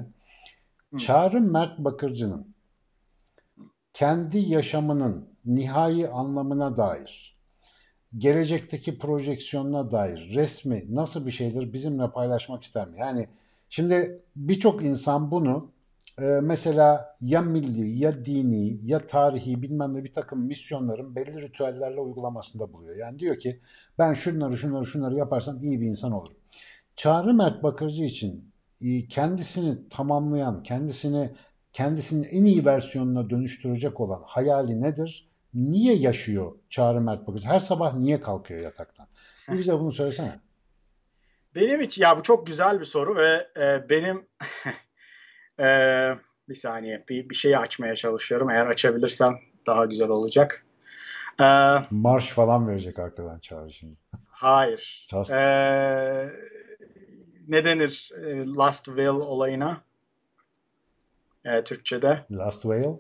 Hı.
Çağrı Mert Bakırcı'nın kendi yaşamının nihai anlamına dair, gelecekteki projeksiyonuna dair resmi nasıl bir şeydir bizimle paylaşmak ister mi? Yani şimdi birçok insan bunu e, mesela ya milli ya dini ya tarihi bilmem ne bir takım misyonların belli ritüellerle uygulamasında buluyor. Yani diyor ki ben şunları şunları şunları yaparsam iyi bir insan olurum. Çağrı Mert Bakırcı için e, kendisini tamamlayan, kendisini kendisinin en iyi versiyonuna dönüştürecek olan hayali nedir? Niye yaşıyor Çağrı Mert Bakırcı? Her sabah niye kalkıyor yataktan? Bir bize bunu söylesene.
Benim için ya bu çok güzel bir soru ve e, benim e, bir saniye bir, bir şeyi açmaya çalışıyorum. Eğer açabilirsem daha güzel olacak. E,
Marş falan verecek arkadan Çağrı şimdi.
hayır. E,
Just
ne denir e, Last Will olayına e, Türkçe'de?
Last Whale.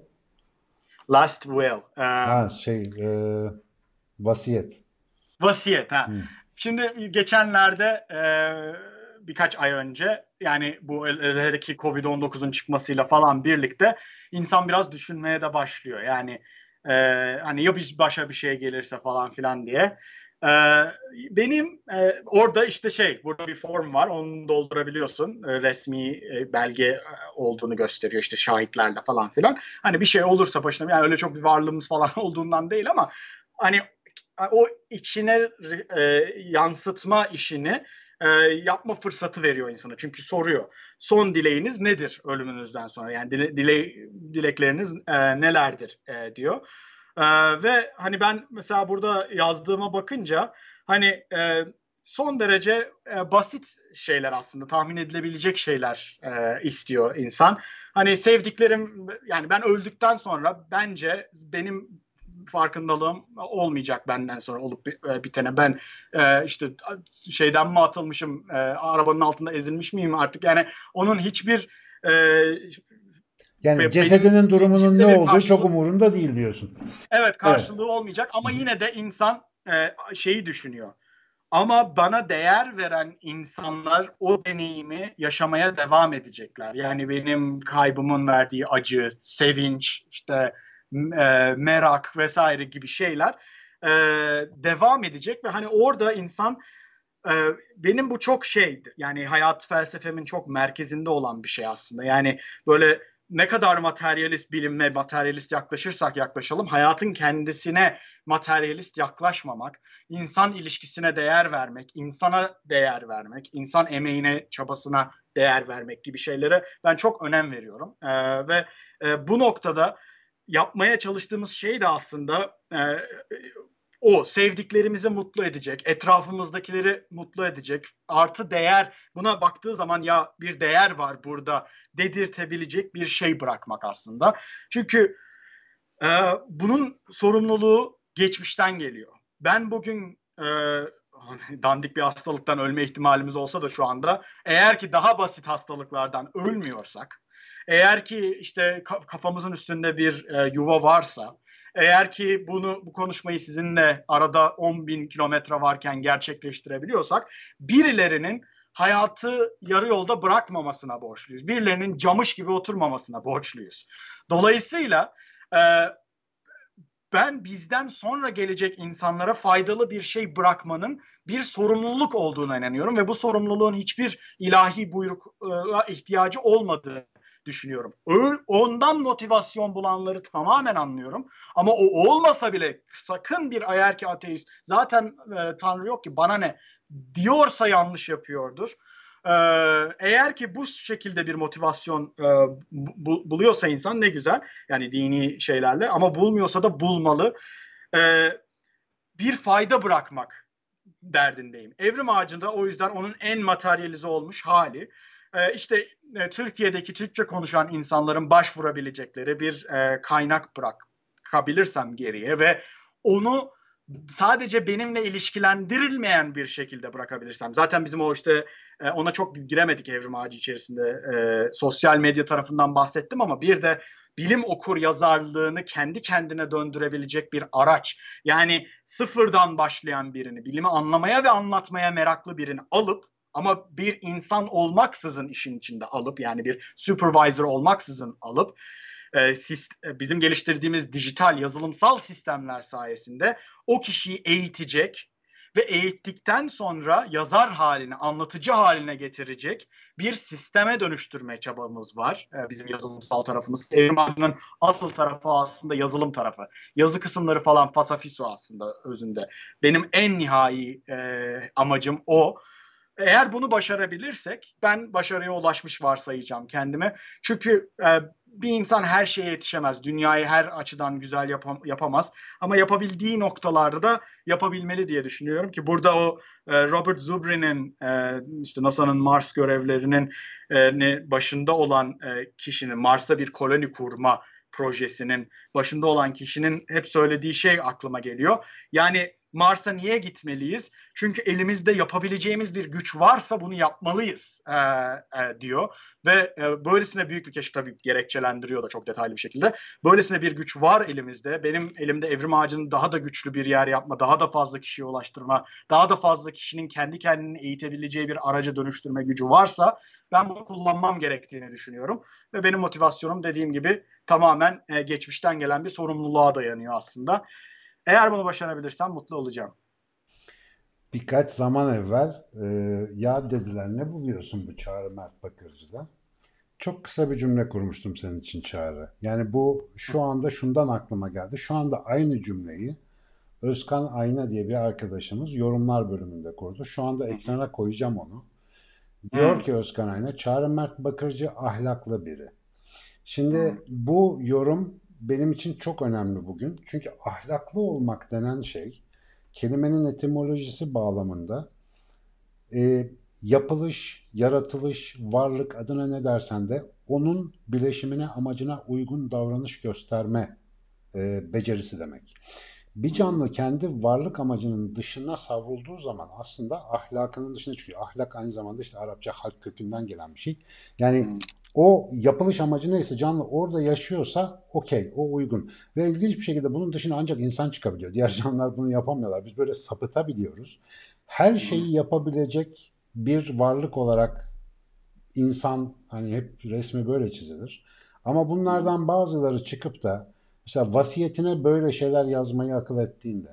Last Will.
Ha
Um,
şey e, vasiyet.
vasiyet. Ha.
Hı.
Şimdi geçenlerde e, birkaç ay önce yani bu hele ki kovid on dokuzun çıkmasıyla falan birlikte insan biraz düşünmeye de başlıyor. Yani e, hani ya biz başa bir şey gelirse falan filan diye. E, benim e, orada işte şey burada bir form var, onu doldurabiliyorsun. E, resmi e, belge e, olduğunu gösteriyor işte şahitlerle falan filan. Hani bir şey olursa başına yani öyle çok bir varlığımız falan olduğundan değil ama hani o içine e, yansıtma işini e, yapma fırsatı veriyor insana. Çünkü soruyor. Son dileğiniz nedir ölümünüzden sonra? Yani dile, dile, dilekleriniz e, nelerdir e, diyor. E, ve hani ben mesela burada yazdığıma bakınca hani e, son derece e, basit şeyler aslında tahmin edilebilecek şeyler e, istiyor insan. Hani sevdiklerim yani ben öldükten sonra bence benim farkındalığım olmayacak benden sonra olup e, bitene. Ben e, işte şeyden mi atılmışım, e, arabanın altında ezilmiş miyim artık? Yani onun hiçbir e,
Yani
benim
cesedinin durumunun ne
bilincimde bir
olduğu çok
karşılığı,
umurunda değil diyorsun.
evet
Evet.
karşılığı olmayacak ama yine de insan e, şeyi düşünüyor. Ama bana değer veren insanlar o deneyimi yaşamaya devam edecekler. Yani benim kaybımın verdiği acı, sevinç, işte e, merak vesaire gibi şeyler e, devam edecek ve hani orada insan e, benim bu çok şeydi. Yani hayat felsefemin çok merkezinde olan bir şey aslında. Yani böyle ne kadar materyalist bilimle materyalist yaklaşırsak yaklaşalım hayatın kendisine materyalist yaklaşmamak, insan ilişkisine değer vermek, insana değer vermek, insan emeğine, çabasına değer vermek gibi şeylere ben çok önem veriyorum. Ee, ve e, bu noktada yapmaya çalıştığımız şey de aslında e, o sevdiklerimizi mutlu edecek, etrafımızdakileri mutlu edecek, artı değer buna baktığı zaman ya bir değer var burada dedirtebilecek bir şey bırakmak aslında. Çünkü e, bunun sorumluluğu geçmişten geliyor. Ben bugün e, dandik bir hastalıktan ölme ihtimalimiz olsa da şu anda eğer ki daha basit hastalıklardan ölmüyorsak, eğer ki işte kafamızın üstünde bir e, yuva varsa, eğer ki bunu bu konuşmayı sizinle arada on bin kilometre varken gerçekleştirebiliyorsak birilerinin hayatı yarı yolda bırakmamasına borçluyuz. Birilerinin camış gibi oturmamasına borçluyuz. Dolayısıyla e, ben bizden sonra gelecek insanlara faydalı bir şey bırakmanın bir sorumluluk olduğuna inanıyorum ve bu sorumluluğun hiçbir ilahi buyruk'a ihtiyacı olmadığı düşünüyorum. Ondan motivasyon bulanları tamamen anlıyorum. Ama o olmasa bile sakın bir eğer ki ateist zaten e, Tanrı yok ki bana ne diyorsa yanlış yapıyordur. Ee, eğer ki bu şekilde bir motivasyon e, bu, buluyorsa insan ne güzel. Yani dini şeylerle ama bulmuyorsa da bulmalı. Ee, bir fayda bırakmak derdindeyim. Evrim Ağacı'nda o yüzden onun en materyalize olmuş hali. Ee, işte e, Türkiye'deki Türkçe konuşan insanların başvurabilecekleri bir e, kaynak bırakabilirsem geriye ve onu sadece benimle ilişkilendirilmeyen bir şekilde bırakabilirsem. Zaten bizim o işte e, ona çok giremedik Evrim Ağacı içerisinde. E, sosyal medya tarafından bahsettim ama bir de bilim okur yazarlığını kendi kendine döndürebilecek bir araç. Yani sıfırdan başlayan birini, bilimi anlamaya ve anlatmaya meraklı birini alıp ama bir insan olmaksızın işin içinde alıp yani bir supervisor olmaksızın alıp e, bizim geliştirdiğimiz dijital yazılımsal sistemler sayesinde o kişiyi eğitecek ve eğittikten sonra yazar haline, anlatıcı haline getirecek bir sisteme dönüştürme çabamız var. E, bizim yazılımsal tarafımız. Evrim Ağacı'nın asıl tarafı aslında yazılım tarafı. Yazı kısımları falan fasafiso aslında özünde. Benim en nihai e, amacım o. Eğer bunu başarabilirsek ben başarıya ulaşmış varsayacağım kendime. Çünkü e, bir insan her şeye yetişemez. Dünyayı her açıdan güzel yapam- yapamaz. Ama yapabildiği noktalarda da yapabilmeli diye düşünüyorum ki burada o e, Robert Zubrin'in e, işte NASA'nın Mars görevlerinin e, başında olan e, kişinin Mars'a bir koloni kurma projesinin başında olan kişinin hep söylediği şey aklıma geliyor. Yani Mars'a niye gitmeliyiz? Çünkü elimizde yapabileceğimiz bir güç varsa bunu yapmalıyız e, e, diyor. Ve e, böylesine büyük bir keşif, tabii gerekçelendiriyor da çok detaylı bir şekilde. Böylesine bir güç var elimizde. Benim elimde evrim ağacını daha da güçlü bir yer yapma, daha da fazla kişiye ulaştırma, daha da fazla kişinin kendi kendini eğitebileceği bir araca dönüştürme gücü varsa ben bunu kullanmam gerektiğini düşünüyorum. Ve benim motivasyonum, dediğim gibi, tamamen e, geçmişten gelen bir sorumluluğa dayanıyor aslında. Eğer bunu başarabilirsem mutlu olacağım.
Birkaç zaman evvel e, ya dediler ne buluyorsun bu Çağrı Mert Bakırcı'da? Çok kısa bir cümle kurmuştum senin için Çağrı. Yani bu şu anda şundan aklıma geldi. Şu anda aynı cümleyi Özkan Ayna diye bir arkadaşımız yorumlar bölümünde kurdu. Şu anda
Hı hı.
ekrana koyacağım onu. Diyor
Hı
ki Özkan Ayna, Çağrı Mert Bakırcı ahlaklı biri.
hı.
Şimdi bu yorum benim için çok önemli bugün. Çünkü ahlaklı olmak denen şey kelimenin etimolojisi bağlamında e, yapılış, yaratılış, varlık adına ne dersen de onun bileşimine, amacına uygun davranış gösterme e, becerisi demek. Bir
Hı
canlı kendi varlık amacının dışına savrulduğu zaman aslında ahlakının dışına çıkıyor. Ahlak aynı zamanda işte Arapça halk kökünden gelen bir şey. Yani
hı.
o yapılış amacı neyse canlı orada yaşıyorsa okey, o uygun. Ve ilginç bir şekilde bunun dışına ancak insan çıkabiliyor. Diğer canlılar bunu yapamıyorlar. Biz böyle sapıtabiliyoruz. Her
Hı
şeyi yapabilecek bir varlık olarak insan, hani hep resmi böyle çizilir. Ama
hı.
bunlardan bazıları çıkıp da mesela vasiyetine böyle şeyler yazmayı akıl ettiğinde,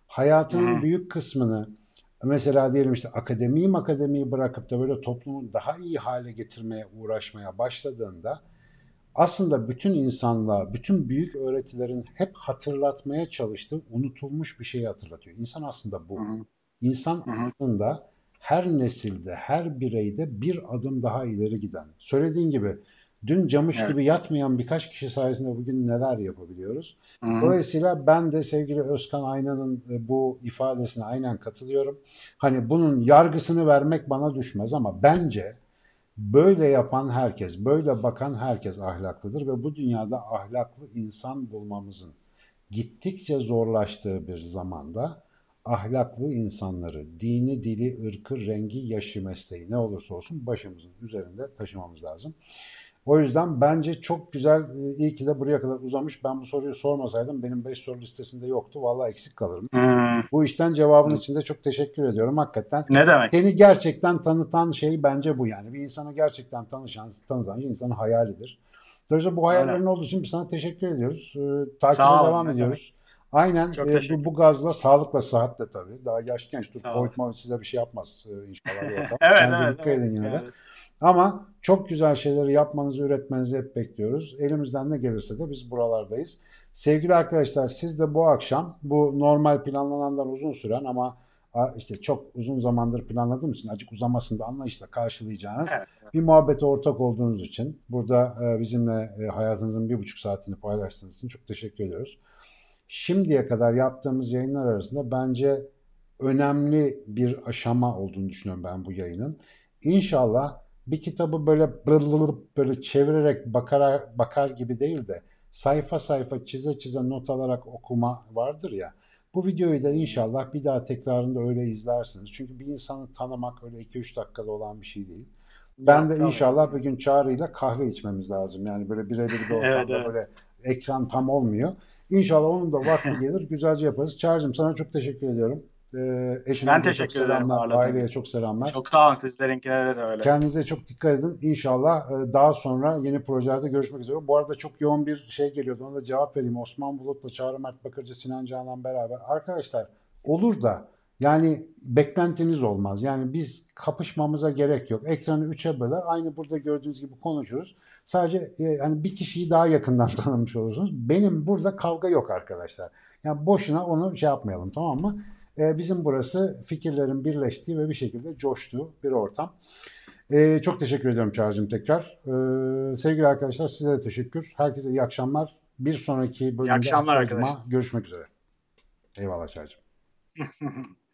Hı
hayatının
hı.
büyük kısmını mesela diyelim işte akademiyi akademiyi bırakıp da böyle toplumu daha iyi hale getirmeye uğraşmaya başladığında aslında bütün insanlığa, bütün büyük öğretilerin hep hatırlatmaya çalıştığı unutulmuş bir şeyi hatırlatıyor. İnsan aslında
Hı
bu.
hı.
İnsan
Hı hı.
aslında her nesilde, her bireyde bir adım daha ileri giden. Söylediğin gibi dün camış
Evet.
gibi yatmayan birkaç kişi sayesinde bugün neler yapabiliyoruz.
Hı hı.
Dolayısıyla ben de sevgili Özkan Aynan'ın e, bu ifadesine aynen katılıyorum. Hani bunun yargısını vermek bana düşmez ama bence böyle yapan herkes, böyle bakan herkes ahlaklıdır ve bu dünyada ahlaklı insan bulmamızın gittikçe zorlaştığı bir zamanda ahlaklı insanları, dini, dili, ırkı, rengi, yaşı, mesleği ne olursa olsun başımızın üzerinde taşımamız lazım. O yüzden bence çok güzel, iyi ki de buraya kadar uzamış. Ben bu soruyu sormasaydım benim beş soru listesinde yoktu. Vallahi eksik kalırım.
Hı
Bu işten cevabın
hı.
için de çok teşekkür ediyorum. Hakikaten
Ne demek?
seni gerçekten tanıtan şey bence bu yani. Bir insanı gerçekten tanışan, tanıtan şey insanın hayalidir. Dolayısıyla bu
Öyle.
hayallerin olduğu için biz sana teşekkür ediyoruz. Ee, takibe
Sağ olun.
devam
Ne demek?
ediyoruz. Aynen
Çok
e, bu,
teşekkür
bu
ederim.
gazla, sağlıkla, sıhhatle tabii. Daha yaşken işte
Sağ
Covid,
olasın.
Movid size bir şey yapmaz e, inşallah hadi bakalım.
Evet,
Kendinize
evet.
dikkat edin
Olsun
yine de.
yani.
Ama çok güzel şeyleri yapmanızı, üretmenizi hep bekliyoruz. Elimizden ne gelirse de biz buralardayız. Sevgili arkadaşlar siz de bu akşam bu normal planlanandan uzun süren ama işte çok uzun zamandır planladığım için acık uzamasını da anlayışla karşılayacağınız
Evet.
bir muhabbete ortak olduğunuz için burada e, bizimle e, hayatınızın bir buçuk saatini paylaştığınız için çok teşekkür ediyoruz. Şimdiye kadar yaptığımız yayınlar arasında bence önemli bir aşama olduğunu düşünüyorum ben bu yayının. İnşallah bir kitabı böyle böyle çevirerek bakar, bakar gibi değil de sayfa sayfa çize çize not alarak okuma vardır ya. Bu videoyu da inşallah bir daha tekrarında öyle izlersiniz. Çünkü bir insanı tanımak öyle iki üç dakikada olan bir şey değil. Ben
Yok,
de
tabii tabii.
inşallah bir gün Çağrı'yla kahve içmemiz lazım. Yani böyle birebir bir
Evet,
ortamda
evet.
böyle ekran tam olmuyor. İnşallah onun da vakti gelir. Güzelce yaparız. Çağrı'cığım sana çok teşekkür ediyorum. Ee, eşine
Ben
de çok
teşekkür ederim
selamlar.
ağırladığınız
Aileye
için.
çok selamlar.
Çok sağ olun, sizlerinkine de öyle.
Kendinize çok dikkat edin. İnşallah e, daha sonra yeni projelerde görüşmek üzere. Bu arada çok yoğun bir şey geliyordu. Ona da cevap vereyim. Osman Bulut'la Çağrı Mert Bakırcı, Sinan Canan beraber. Arkadaşlar olur da yani beklentiniz olmaz. Yani biz kapışmamıza gerek yok. Ekranı üçe böler. Aynı burada gördüğünüz gibi konuşuruz. Sadece e, yani bir kişiyi daha yakından tanımış olursunuz. Benim burada kavga yok arkadaşlar. Yani boşuna onu şey yapmayalım, tamam mı? E, bizim burası fikirlerin birleştiği ve bir şekilde coştuğu bir ortam. Ee, çok teşekkür ediyorum Çağrı'cığım tekrar. Ee, sevgili arkadaşlar size de teşekkür. Herkese iyi akşamlar. Bir sonraki
İyi
bölümde
akşamlar
haftaya
arkadaşlar.
Cuma görüşmek üzere. Eyvallah Çağrı'cığım.